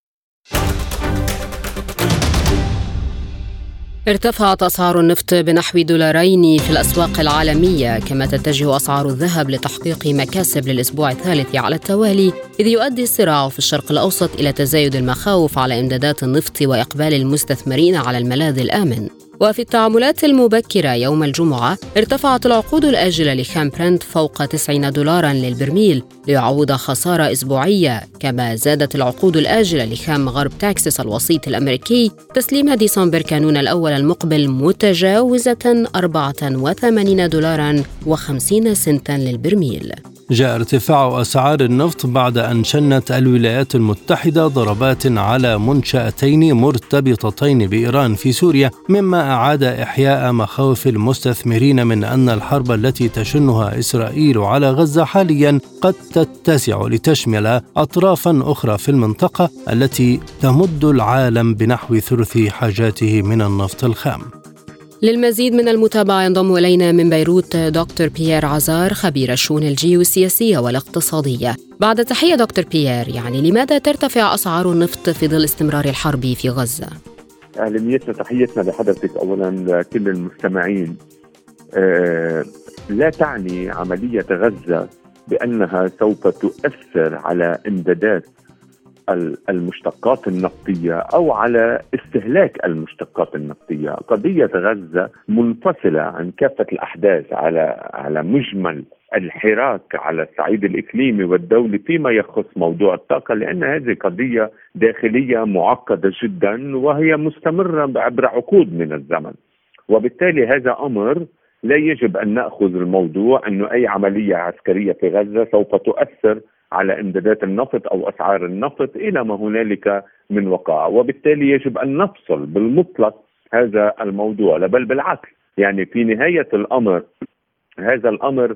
ارتفعت أسعار النفط بنحو دولارين في الأسواق العالمية، كما تتجه أسعار الذهب لتحقيق مكاسب للأسبوع الثالث على التوالي، إذ يؤدي الصراع في الشرق الأوسط إلى تزايد المخاوف على إمدادات النفط وإقبال المستثمرين على الملاذ الآمن. وفي التعاملات المبكرة يوم الجمعة ارتفعت العقود الآجلة لخام برنت فوق تسعين دولارا للبرميل ليعوض خسارة أسبوعية، كما زادت العقود الآجلة لخام غرب تكساس الوسيط الأمريكي تسليم ديسمبر كانون الأول المقبل متجاوزة أربعة وثمانين دولارا وخمسين سنتا للبرميل. جاء ارتفاع أسعار النفط بعد أن شنت الولايات المتحدة ضربات على منشأتين مرتبطتين بإيران في سوريا، مما أعاد إحياء مخاوف المستثمرين من أن الحرب التي تشنها إسرائيل على غزة حاليا قد تتسع لتشمل أطرافا أخرى في المنطقة التي تمد العالم بنحو ثلث حاجاته من النفط الخام. للمزيد من المتابعة ينضم إلينا من بيروت دكتور بيير عزار، خبير الشؤون الجيوسياسية والاقتصادية. بعد تحية دكتور بيير، يعني لماذا ترتفع أسعار النفط في ظل استمرار الحرب في غزة؟ أهلا، تحيتنا لحضرتك أولا كل المستمعين. آه لا تعني عملية غزة بأنها سوف تؤثر على إمدادات المشتقات النفطية أو على استهلاك المشتقات النفطية. قضية غزة منفصلة عن كافة الأحداث على على مجمل الحراك على الصعيد الإقليمي والدولي فيما يخص موضوع الطاقة، لأن هذه قضية داخلية معقدة جدا وهي مستمرة عبر عقود من الزمن، وبالتالي هذا أمر لا يجب أن نأخذ الموضوع أنه أي عملية عسكرية في غزة سوف تؤثر على امدادات النفط أو أسعار النفط إلى ما هنالك من وقائع، وبالتالي يجب أن نفصل بالمطلق هذا الموضوع، بل بالعكس. يعني في نهاية الأمر هذا الأمر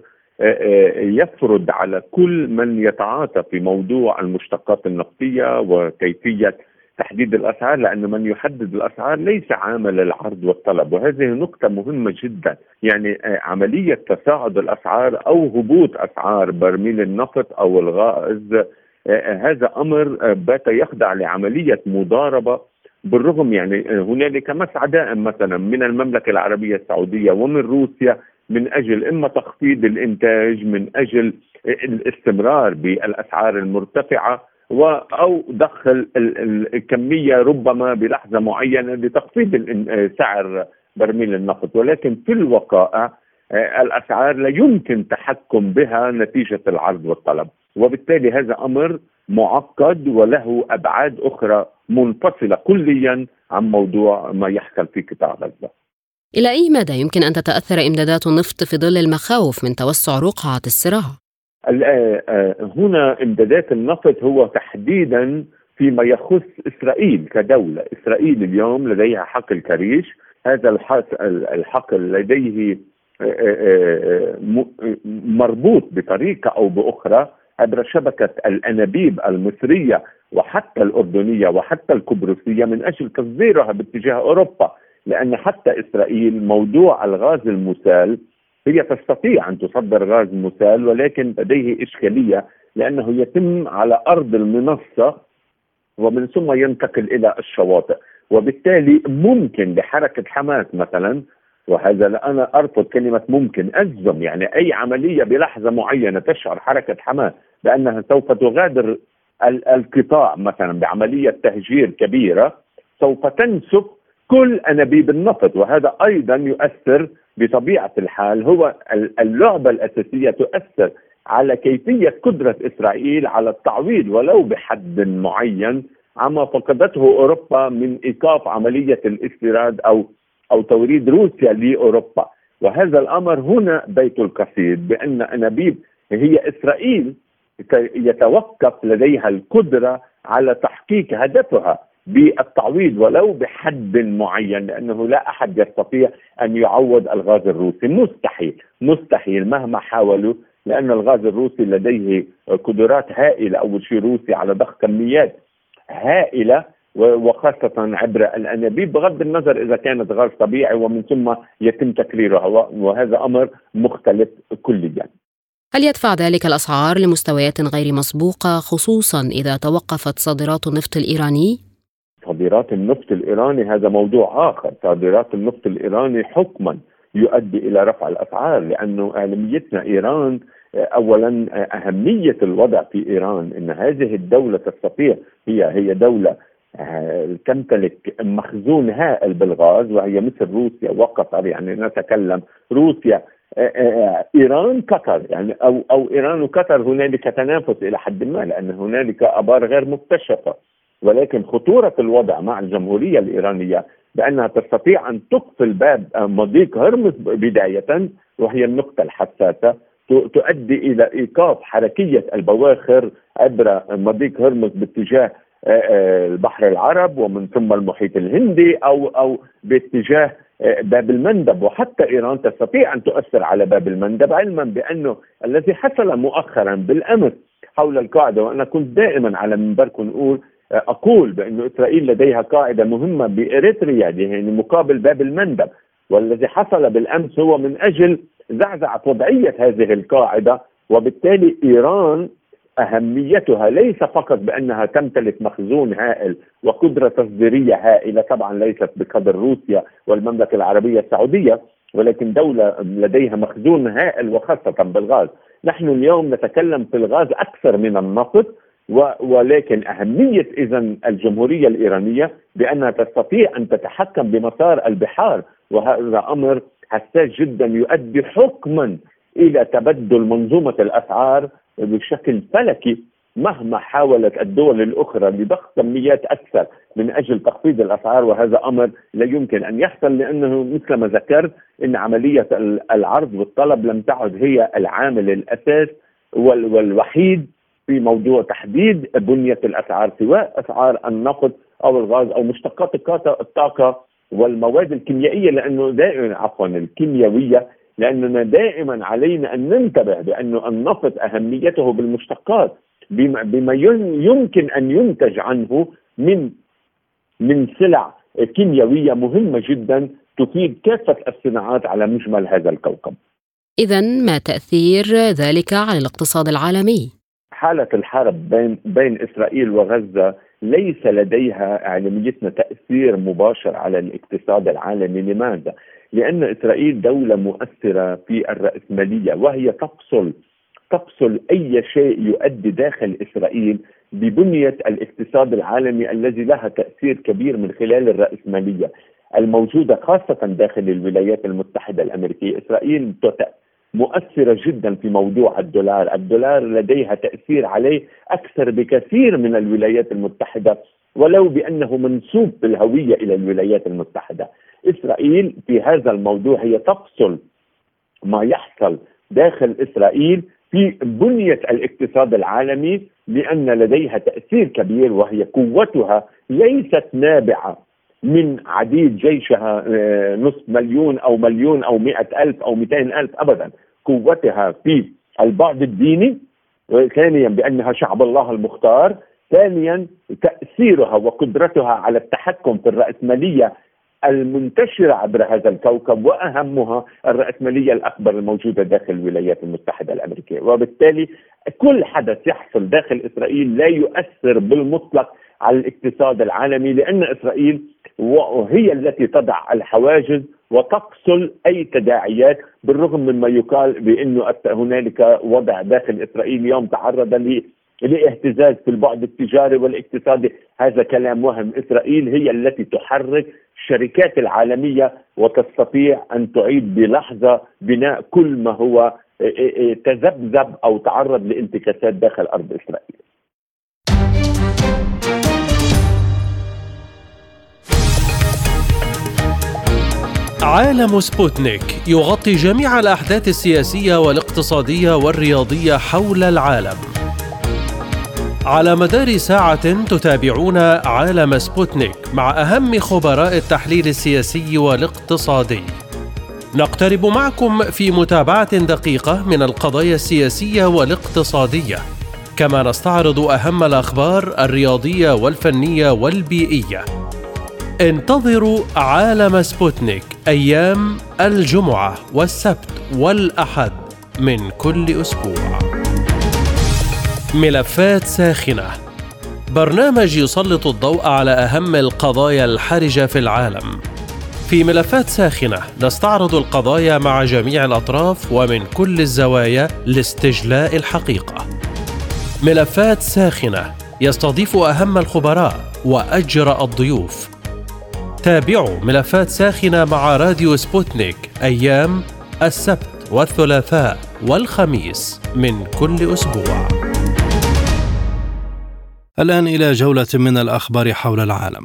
يفرض على كل من يتعاطى في موضوع المشتقات النفطية وكيفية تحديد الأسعار، لأن من يحدد الأسعار ليس عامل العرض والطلب، وهذه نقطة مهمة جدا. يعني عملية تصاعد الأسعار أو هبوط أسعار برميل النفط أو الغاز هذا أمر بات يخضع لعملية مضاربة، بالرغم يعني هنالك مسعى دائم مثلا من المملكة العربية السعودية ومن روسيا من أجل إما تخفيض الإنتاج، من أجل الاستمرار بالأسعار المرتفعة، أو دخل الكمية ربما بلحظة معينة لتخفيض سعر برميل النفط. ولكن في الوقائع الأسعار لا يمكن تحكم بها نتيجة العرض والطلب، وبالتالي هذا أمر معقد وله أبعاد أخرى منفصلة كليا عن موضوع ما يحصل في قطاع غزة. إلى أي مدى يمكن أن تتأثر إمدادات النفط في ظل المخاوف من توسع رقعة الصراع؟ هنا امدادات النفط هو تحديدا فيما يخص إسرائيل كدولة. إسرائيل اليوم لديها حقل كريش، هذا الحقل لديه مربوط بطريقة أو بأخرى عبر شبكة الأنابيب المصرية وحتى الأردنية وحتى القبرصية من أجل تصديرها باتجاه أوروبا، لأن حتى إسرائيل موضوع الغاز المسال هي تستطيع أن تصدر غاز مسال، ولكن لديه إشكالية لأنه يتم على أرض المنصة ومن ثم ينتقل إلى الشواطئ، وبالتالي ممكن لحركة حماس مثلا، وهذا أنا أرفض كلمة ممكن، أجزم يعني أي عملية بلحظة معينة تشعر حركة حماس بأنها سوف تغادر القطاع مثلا بعملية تهجير كبيرة سوف تنسف كل أنابيب النفط، وهذا أيضا يؤثر بطبيعة الحال. هو اللعبة الأساسية تؤثر على كيفية قدرة إسرائيل على التعويض ولو بحد معين عما فقدته أوروبا من إيقاف عملية الاستيراد أو أو توريد روسيا لأوروبا. وهذا الأمر هنا بيت القصيد، بأن أنابيب هي إسرائيل يتوقف لديها القدرة على تحقيق هدفها بالتعويض ولو بحد معين، لأنه لا أحد يستطيع أن يعوض الغاز الروسي، مستحيل مستحيل مهما حاولوا، لأن الغاز الروسي لديه قدرات هائلة. أول شيء روسيا على ضخ كميات هائلة وخاصة عبر الأنابيب، بغض النظر إذا كانت غاز طبيعي ومن ثم يتم تكريرها، وهذا أمر مختلف كليا. هل يدفع ذلك الأسعار لمستويات غير مسبوقة خصوصا إذا توقفت صادرات النفط الإيراني؟ صادرات النفط الإيراني هذا موضوع آخر. صادرات النفط الإيراني حكما يؤدي إلى رفع الأسعار، لأنه أهميتنا إيران أولا أهمية الوضع في إيران أن هذه الدولة تستطيع، هي هي دولة تمتلك مخزون هائل بالغاز، وهي مثل روسيا وقطر. يعني نتكلم روسيا إيران قطر، يعني أو أو إيران وقطر هنالك تنافس إلى حد ما، لأن هنالك آبار غير مكتشفة. ولكن خطورة الوضع مع الجمهورية الإيرانية بأنها تستطيع أن تقفل باب مضيق هرمز بداية، وهي النقطة الحساسة، تؤدي إلى إيقاف حركية البواخر عبر مضيق هرمز باتجاه البحر العرب ومن ثم المحيط الهندي أو أو باتجاه باب المندب. وحتى إيران تستطيع أن تؤثر على باب المندب، علما بأنه الذي حصل مؤخرا بالأمس حول القاعدة، وأنا كنت دائما على منبركم أقول أقول بأن إسرائيل لديها قاعدة مهمة بإريتريا يعني مقابل باب المندب، والذي حصل بالأمس هو من أجل زعزعة وضعية هذه القاعدة. وبالتالي إيران أهميتها ليس فقط بأنها تمتلك مخزون هائل وقدرة تصديرية هائلة، طبعا ليست بقدر روسيا والمملكة العربية السعودية، ولكن دولة لديها مخزون هائل وخاصة بالغاز. نحن اليوم نتكلم في الغاز أكثر من النفط، ولكن أهمية إذن الجمهورية الإيرانية بأنها تستطيع أن تتحكم بمسار البحار، وهذا أمر حساس جدا يؤدي حكما إلى تبدل منظومة الأسعار بشكل فلكي، مهما حاولت الدول الأخرى لضخ كميات أكثر من أجل تخفيض الأسعار. وهذا أمر لا يمكن أن يحصل، لأنه مثل ما ذكرت إن عملية العرض والطلب لم تعد هي العامل الأساس والوحيد في موضوع تحديد بنية الأسعار، سواء أسعار النفط أو الغاز أو مشتقات الطاقة والمواد الكيميائية، لأنه دائما عفوا الكيميائية، لأننا دائما علينا أن ننتبه بأن النفط أهميته بالمشتقات بما, بما يمكن أن ينتج عنه من من سلع كيميائية مهمة جدا تفيد كافة الصناعات على مجمل هذا الكوكب. إذن ما تأثير ذلك على الاقتصاد العالمي؟ حالة الحرب بين بين إسرائيل وغزة ليس لديها علميتنا تأثير مباشر على الاقتصاد العالمي. لماذا؟ لأن إسرائيل دولة مؤثرة في الرأسمالية، وهي تفصل تفصل أي شيء يؤدي داخل إسرائيل ببنية الاقتصاد العالمي الذي لها تأثير كبير من خلال الرأسمالية الموجودة خاصة داخل الولايات المتحدة الأمريكية. إسرائيل مؤثرة جدا في موضوع الدولار، الدولار لديها تأثير عليه أكثر بكثير من الولايات المتحدة، ولو بأنه منسوب بالهوية إلى الولايات المتحدة. إسرائيل في هذا الموضوع هي تفصل ما يحصل داخل إسرائيل في بنية الاقتصاد العالمي، لأن لديها تأثير كبير، وهي قوتها ليست نابعة من عديد جيشها نصف مليون أو مليون أو مئة ألف أو مئتين ألف أبدا. قوتها في البعد الديني، ثانيا بأنها شعب الله المختار، ثانيا تأثيرها وقدرتها على التحكم في الرأسمالية المنتشرة عبر هذا الكوكب، وأهمها الرأسمالية الأكبر الموجودة داخل الولايات المتحدة الأمريكية. وبالتالي كل حدث يحصل داخل إسرائيل لا يؤثر بالمطلق على الاقتصاد العالمي، لأن إسرائيل وهي التي تضع الحواجز وتفصل أي تداعيات، بالرغم مما يقال بأنه هنالك وضع داخل إسرائيل يوم تعرض لاهتزاز في البعد التجاري والاقتصادي. هذا كلام وهم. إسرائيل هي التي تحرك الشركات العالمية وتستطيع أن تعيد بلحظة بناء كل ما هو تذبذب أو تعرض لانتكاسات داخل أرض إسرائيل. عالم سبوتنيك يغطي جميع الأحداث السياسية والاقتصادية والرياضية حول العالم. على مدار ساعة تتابعون عالم سبوتنيك مع أهم خبراء التحليل السياسي والاقتصادي. نقترب معكم في متابعة دقيقة من القضايا السياسية والاقتصادية، كما نستعرض أهم الأخبار الرياضية والفنية والبيئية. انتظروا عالم سبوتنيك أيام الجمعة والسبت والأحد من كل أسبوع. ملفات ساخنة، برنامج يسلط الضوء على أهم القضايا الحرجة في العالم. في ملفات ساخنة نستعرض القضايا مع جميع الأطراف ومن كل الزوايا لاستجلاء الحقيقة. ملفات ساخنة يستضيف أهم الخبراء وأجرأ الضيوف. تابعوا ملفات ساخنة مع راديو سبوتنيك أيام السبت والثلاثاء والخميس من كل أسبوع. الآن إلى جولة من الأخبار حول العالم.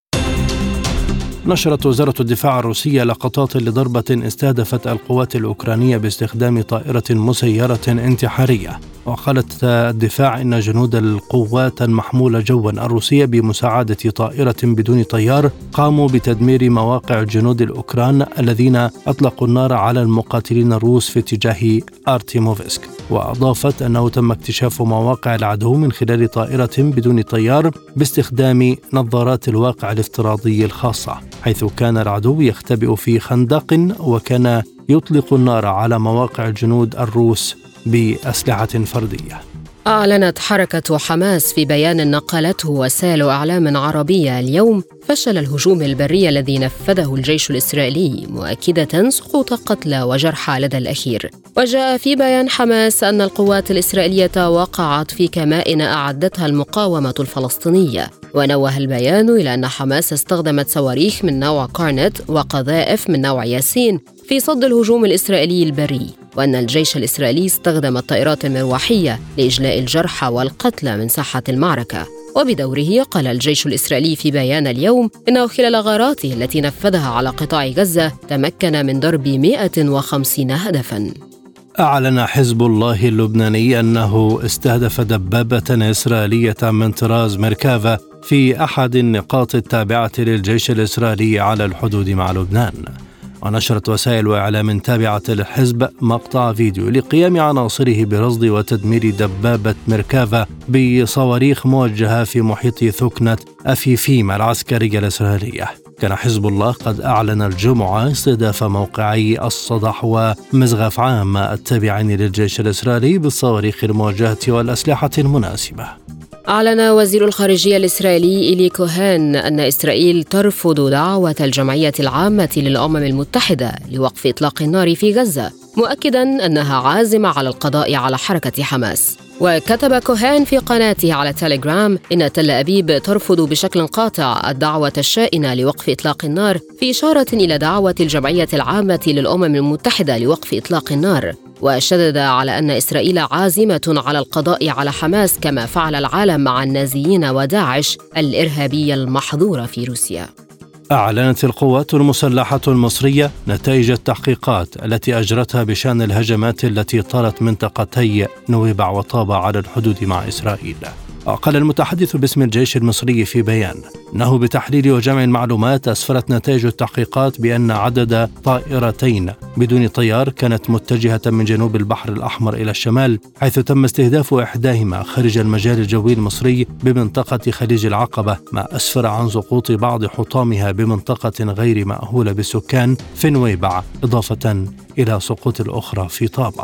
نشرت وزارة الدفاع الروسية لقطات لضربة استهدفت القوات الأوكرانية باستخدام طائرة مسيرة انتحارية. وقالت الدفاع إن جنود القوات المحمولة جوا الروسية بمساعدة طائرة بدون طيار قاموا بتدمير مواقع الجنود الأوكران الذين أطلقوا النار على المقاتلين الروس في اتجاه أرتيموفسك. وأضافت أنه تم اكتشاف مواقع العدو من خلال طائرة بدون طيار باستخدام نظارات الواقع الافتراضي الخاصة، حيث كان العدو يختبئ في خندق وكان يطلق النار على مواقع الجنود الروس بأسلحة فردية. أعلنت حركة حماس في بيان نقلته وسائل إعلام عربية اليوم فشل الهجوم البري الذي نفذه الجيش الإسرائيلي، مؤكدة سقوط قتلى وجرحى لدى الأخير. وجاء في بيان حماس أن القوات الإسرائيلية وقعت في كمائن أعدتها المقاومة الفلسطينية. ونوه البيان إلى أن حماس استخدمت صواريخ من نوع كارنت وقذائف من نوع ياسين في صد الهجوم الإسرائيلي البري، وأن الجيش الإسرائيلي استخدم الطائرات المروحية لإجلاء الجرحى والقتلى من ساحة المعركة. وبدوره قال الجيش الإسرائيلي في بيان اليوم إنه خلال غاراته التي نفذها على قطاع غزة تمكن من ضرب مئة وخمسين هدفاً. أعلن حزب الله اللبناني أنه استهدف دبابة إسرائيلية من طراز ميركافا في أحد النقاط التابعة للجيش الإسرائيلي على الحدود مع لبنان. ونشرت وسائل إعلام تابعة للحزب مقطع فيديو لقيام عناصره برصد وتدمير دبابة ميركافا بصواريخ موجهة في محيط ثكنة أفيفيم العسكرية الإسرائيلية. كان حزب الله قد أعلن الجمعة استهداف موقعي الصدح ومزغف عام التابعين للجيش الإسرائيلي بالصواريخ الموجهة والأسلحة المناسبة. أعلن وزير الخارجية الإسرائيلي إيلي كوهان أن إسرائيل ترفض دعوة الجمعية العامة للأمم المتحدة لوقف إطلاق النار في غزة، مؤكداً أنها عازمة على القضاء على حركة حماس. وكتب كوهان في قناته على تيليجرام إن تل أبيب ترفض بشكل قاطع الدعوة الشائنة لوقف إطلاق النار، في إشارة إلى دعوة الجمعية العامة للأمم المتحدة لوقف إطلاق النار. وشدد على أن إسرائيل عازمة على القضاء على حماس كما فعل العالم مع النازيين وداعش الإرهابية المحظورة في روسيا. أعلنت القوات المسلحة المصرية نتائج التحقيقات التي أجرتها بشأن الهجمات التي طالت منطقتي نويبع وطابة على الحدود مع إسرائيل. قال المتحدث باسم الجيش المصري في بيان أنه بتحليل وجمع المعلومات أسفرت نتائج التحقيقات بأن عدد طائرتين بدون طيار كانت متجهة من جنوب البحر الأحمر إلى الشمال، حيث تم استهداف إحداهما خارج المجال الجوي المصري بمنطقة خليج العقبة، ما أسفر عن سقوط بعض حطامها بمنطقة غير مأهولة بالسكان في نويبع، إضافة إلى سقوط الأخرى في طابة.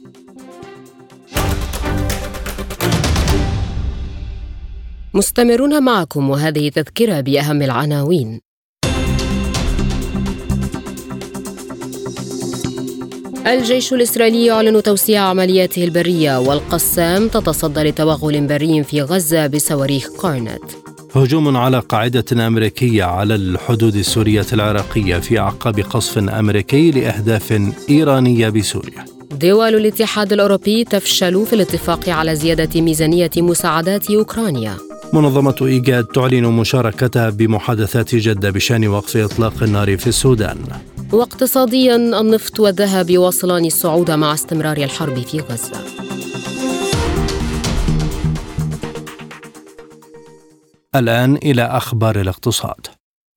مستمرون معكم وهذه تذكرة بأهم العناوين. الجيش الإسرائيلي يعلن توسيع عملياته البرية، والقسام تتصدى لتوغل بري في غزة بصواريخ كورنت. هجوم على قاعدة أمريكية على الحدود السورية العراقية في أعقاب قصف أمريكي لأهداف إيرانية بسوريا. دول الاتحاد الأوروبي تفشل في الاتفاق على زيادة ميزانية مساعدات أوكرانيا. منظمة إيجاد تعلن مشاركتها بمحادثات جدة بشأن وقف إطلاق النار في السودان. واقتصاديا، النفط والذهب يواصلان الصعود مع استمرار الحرب في غزة. الآن إلى أخبار الاقتصاد.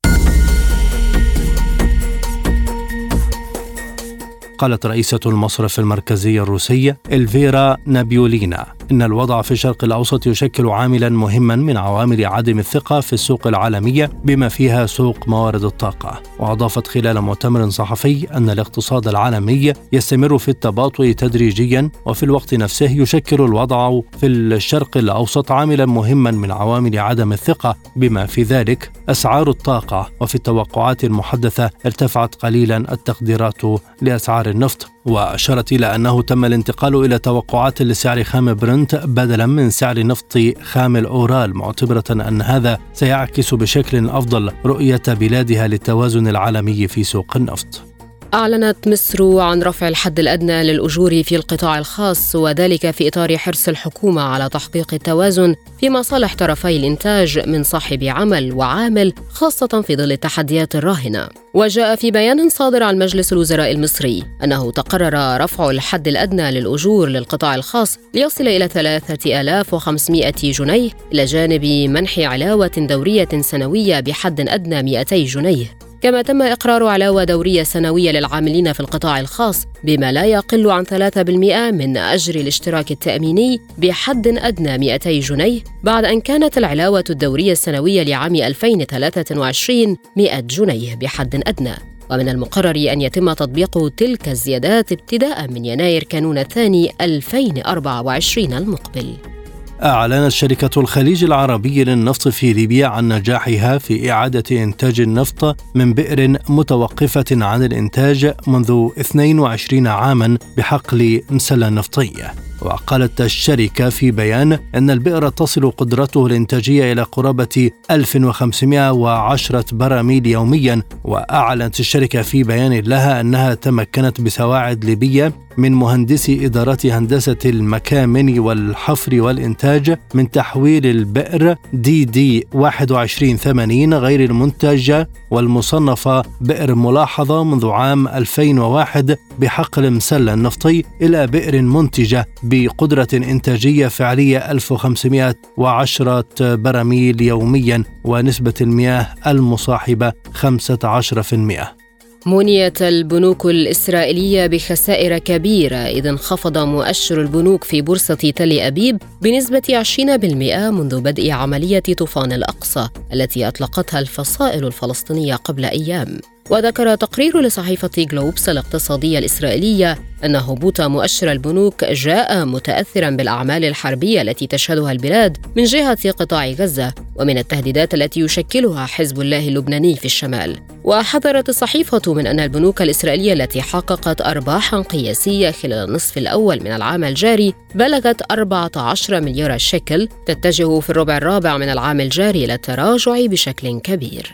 قالت رئيسة المصرف المركزي الروسي إلفيرا نابيولينا إن الوضع في الشرق الأوسط يشكل عاملا مهما من عوامل عدم الثقة في السوق العالمية بما فيها سوق موارد الطاقة. وأضافت خلال مؤتمر صحفي أن الاقتصاد العالمي يستمر في التباطؤ تدريجيا، وفي الوقت نفسه يشكل الوضع في الشرق الأوسط عاملا مهما من عوامل عدم الثقة بما في ذلك أسعار الطاقة. وفي التوقعات المحدثة ارتفعت قليلا التقديرات لأسعار النفط، وأشارت إلى أنه تم الانتقال إلى توقعات لسعر خام برنت بدلا من سعر نفط خام الأورال، معتبرة أن هذا سيعكس بشكل أفضل رؤية بلادها للتوازن العالمي في سوق النفط. أعلنت مصر عن رفع الحد الأدنى للأجور في القطاع الخاص، وذلك في إطار حرص الحكومة على تحقيق التوازن في مصالح طرفي الإنتاج من صاحب عمل وعامل، خاصة في ظل التحديات الراهنة. وجاء في بيان صادر عن مجلس الوزراء المصري أنه تقرر رفع الحد الأدنى للأجور للقطاع الخاص ليصل إلى ثلاثة آلاف وخمسمائة جنيه، إلى جانب منح علاوة دورية سنوية بحد أدنى مئتي جنيه. كما تم إقرار علاوة دورية سنوية للعاملين في القطاع الخاص بما لا يقل عن ثلاثة بالمئة من أجر الاشتراك التأميني بحد أدنى مئتي جنيه، بعد أن كانت العلاوة الدورية السنوية لعام ألفين وثلاثة وعشرين مئة جنيه بحد أدنى. ومن المقرر أن يتم تطبيق تلك الزيادات ابتداء من يناير كانون الثاني ألفين وأربعة وعشرين المقبل. أعلنت شركة الخليج العربي للنفط في ليبيا عن نجاحها في إعادة إنتاج النفط من بئر متوقفة عن الإنتاج منذ اثنين وعشرين عاما بحقل مسلة نفطية. وقالت الشركة في بيان أن البئر تصل قدرته الإنتاجية إلى قرابة ألف وخمسمائة وعشرة براميل يوميا. وأعلنت الشركة في بيان لها أنها تمكنت بسواعد ليبية من مهندسي إدارة هندسة المكامن والحفر والإنتاج من تحويل البئر دي دي واحد وعشرين ثمانين غير المنتجة والمصنفة بئر ملاحظة منذ عام ألفين وواحد بحقل مسلة النفطي إلى بئر منتجة بقدرة إنتاجية فعلية ألف وخمسمائة وعشرة براميل يوميا، ونسبة المياه المصاحبة خمسة عشر بالمئة. منيت البنوك الإسرائيلية بخسائر كبيرة إذ انخفض مؤشر البنوك في بورصة تل أبيب بنسبة عشرين بالمئة منذ بدء عملية طوفان الأقصى التي أطلقتها الفصائل الفلسطينية قبل أيام. وذكر تقرير لصحيفة جلوبس الاقتصادية الإسرائيلية أن هبوط مؤشر البنوك جاء متأثرا بالأعمال الحربية التي تشهدها البلاد من جهة قطاع غزة ومن التهديدات التي يشكلها حزب الله اللبناني في الشمال. وحذرت الصحيفة من أن البنوك الإسرائيلية التي حققت أرباحا قياسية خلال النصف الأول من العام الجاري بلغت أربعة عشر مليار شيكل تتجه في الربع الرابع من العام الجاري إلى التراجع بشكل كبير.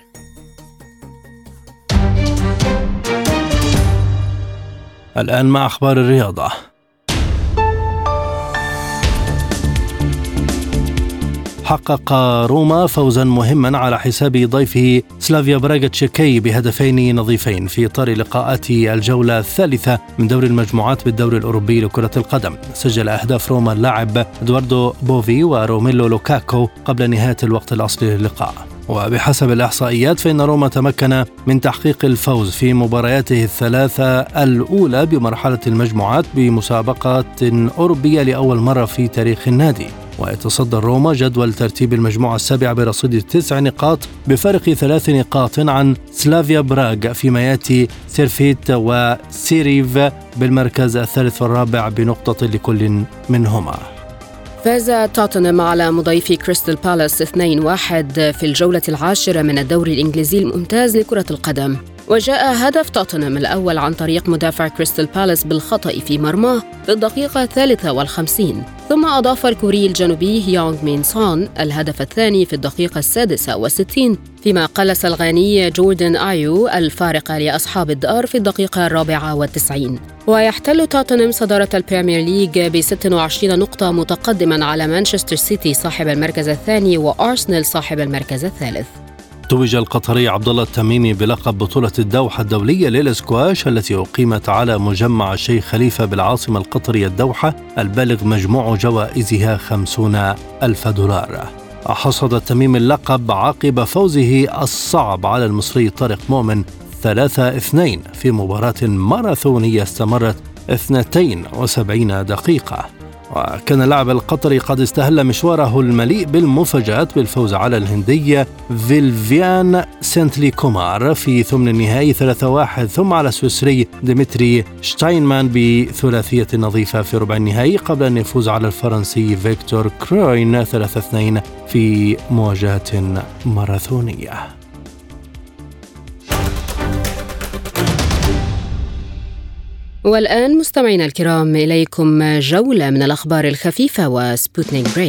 الآن مع أخبار الرياضة. حقق روما فوزا مهما على حساب ضيفه سلافيا براغ تشيكي بهدفين نظيفين في إطار لقاءات الجولة الثالثة من دور المجموعات بالدوري الأوروبي لكرة القدم. سجل أهداف روما اللاعب إدواردو بوفي وروميلو لوكاكو قبل نهاية الوقت الأصلي للقاء. وبحسب الإحصائيات فإن روما تمكن من تحقيق الفوز في مبارياته الثلاثة الأولى بمرحلة المجموعات بمسابقة أوروبية لأول مرة في تاريخ النادي. ويتصدر روما جدول ترتيب المجموعة السابعة برصيد تسع نقاط بفارق ثلاث نقاط عن سلافيا براغ، فيما يأتي سيرفيت وسيريف بالمركز الثالث والرابع بنقطة لكل منهما. فاز توتنهام على مضيفي كريستال بالاس اثنين واحد في الجولة العاشرة من الدوري الإنجليزي الممتاز لكرة القدم. وجاء هدف توتنهام الأول عن طريق مدافع كريستال بالاس بالخطأ في مرماه في الدقيقة الثالثة والخمسين، ثم أضاف الكوري الجنوبي يونغ مين سون الهدف الثاني في الدقيقة السادسة والستين، فيما قلص الغاني جوردن آيو الفارق لأصحاب الدار في الدقيقة الرابعة والتسعين. ويحتل توتنهام صدارة البريمير ليج ب ستة وعشرين نقطة، متقدما على مانشستر سيتي صاحب المركز الثاني وأرسنال صاحب المركز الثالث. توج القطري عبد الله التميمي بلقب بطولة الدوحة الدولية للإسكواش التي أقيمت على مجمع الشيخ خليفة بالعاصمة القطرية الدوحة، البالغ مجموع جوائزها خمسين ألف دولار. حصد التميمي اللقب عقب فوزه الصعب على المصري طارق مؤمن ثلاثة اثنين في مباراة ماراثونية استمرت اثنتين وسبعين دقيقة. وكان اللاعب القطري قد استهل مشواره المليء بالمفاجآت بالفوز على الهندي فيلفيان سنتلي كومار في ثمن النهائي ثلاثة واحد، ثم على السويسري ديمتري شتاينمان بثلاثية نظيفة في ربع النهائي، قبل أن يفوز على الفرنسي فيكتور كروين ثلاثة اثنين في مواجهة ماراثونية. والآن مستمعينا الكرام إليكم جولة من الأخبار الخفيفة وسبوتنيك بريك.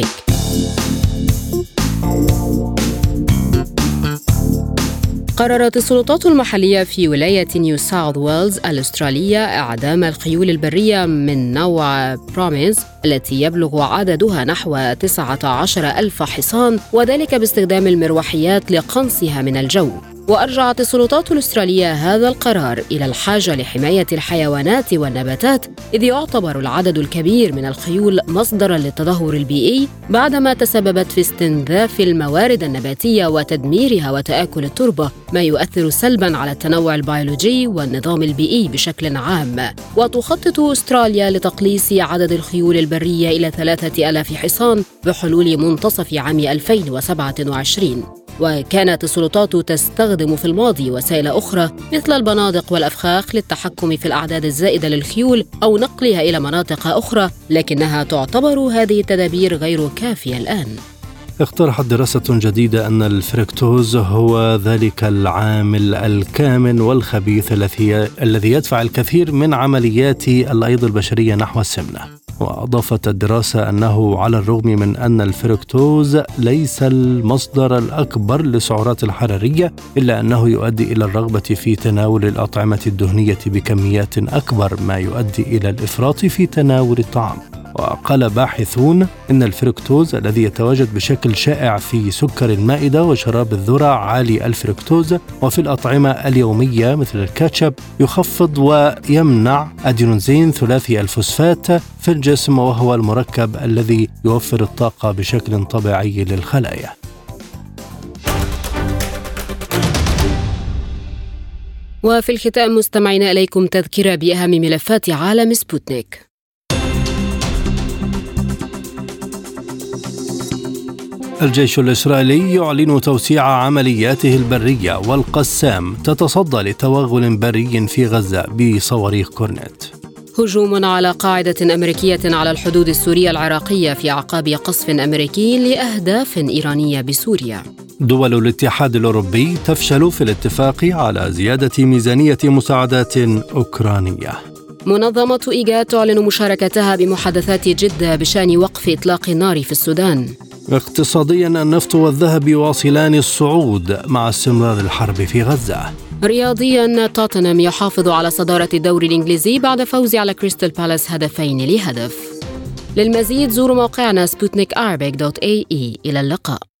قررت السلطات المحلية في ولاية نيو ساوث ويلز الأسترالية إعدام الخيول البرية من نوع بروميز التي يبلغ عددها نحو تسعة عشر ألف حصان، وذلك باستخدام المروحيات لقنصها من الجو. وأرجعت السلطات الأسترالية هذا القرار إلى الحاجة لحماية الحيوانات والنباتات، إذ يعتبر العدد الكبير من الخيول مصدراً للتدهور البيئي بعدما تسببت في استنزاف الموارد النباتية وتدميرها وتآكل التربة، ما يؤثر سلباً على التنوع البيولوجي والنظام البيئي بشكل عام. وتخطط أستراليا لتقليص عدد الخيول البرية إلى ثلاثة آلاف حصان بحلول منتصف عام ألفين وسبعة وعشرين. وكانت السلطات تستخدم في الماضي وسائل أخرى مثل البنادق والأفخاخ للتحكم في الأعداد الزائدة للخيول أو نقلها إلى مناطق أخرى، لكنها تعتبر هذه التدابير غير كافية الآن. اقترحت دراسة جديدة أن الفركتوز هو ذلك العامل الكامن والخبيث الذي يدفع الكثير من عمليات الأيض البشرية نحو السمنة. وأضافت الدراسة أنه على الرغم من أن الفركتوز ليس المصدر الأكبر للسعرات الحرارية، إلا أنه يؤدي إلى الرغبة في تناول الأطعمة الدهنية بكميات أكبر، ما يؤدي إلى الإفراط في تناول الطعام. وقال باحثون إن الفركتوز الذي يتواجد بشكل شائع في سكر المائدة وشراب الذرة عالي الفركتوز وفي الأطعمة اليومية مثل الكاتشب يخفض ويمنع أدينوزين ثلاثي الفوسفات في الجسم، وهو المركب الذي يوفر الطاقة بشكل طبيعي للخلايا. وفي الختام مستمعين إليكم تذكرة بأهم ملفات عالم سبوتنيك. الجيش الإسرائيلي يعلن توسيع عملياته البرية، والقسام تتصدى لتوغل بري في غزة بصواريخ كورنيت. هجوم على قاعدة أمريكية على الحدود السورية العراقية في أعقاب قصف أمريكي لأهداف إيرانية بسوريا. دول الاتحاد الأوروبي تفشل في الاتفاق على زيادة ميزانية مساعدات أوكرانية. منظمة إيجاد تعلن مشاركتها بمحادثات جدة بشأن وقف إطلاق النار في السودان. اقتصاديا النفط والذهب يواصلان الصعود مع استمرار الحرب في غزة. رياضيا توتنهام يحافظ على صدارة الدوري الإنجليزي بعد فوز على كريستال بالاس هدفين لهدف. للمزيد زوروا موقعنا سبوتنيك أرابيك دوت إيه إي. إلى اللقاء.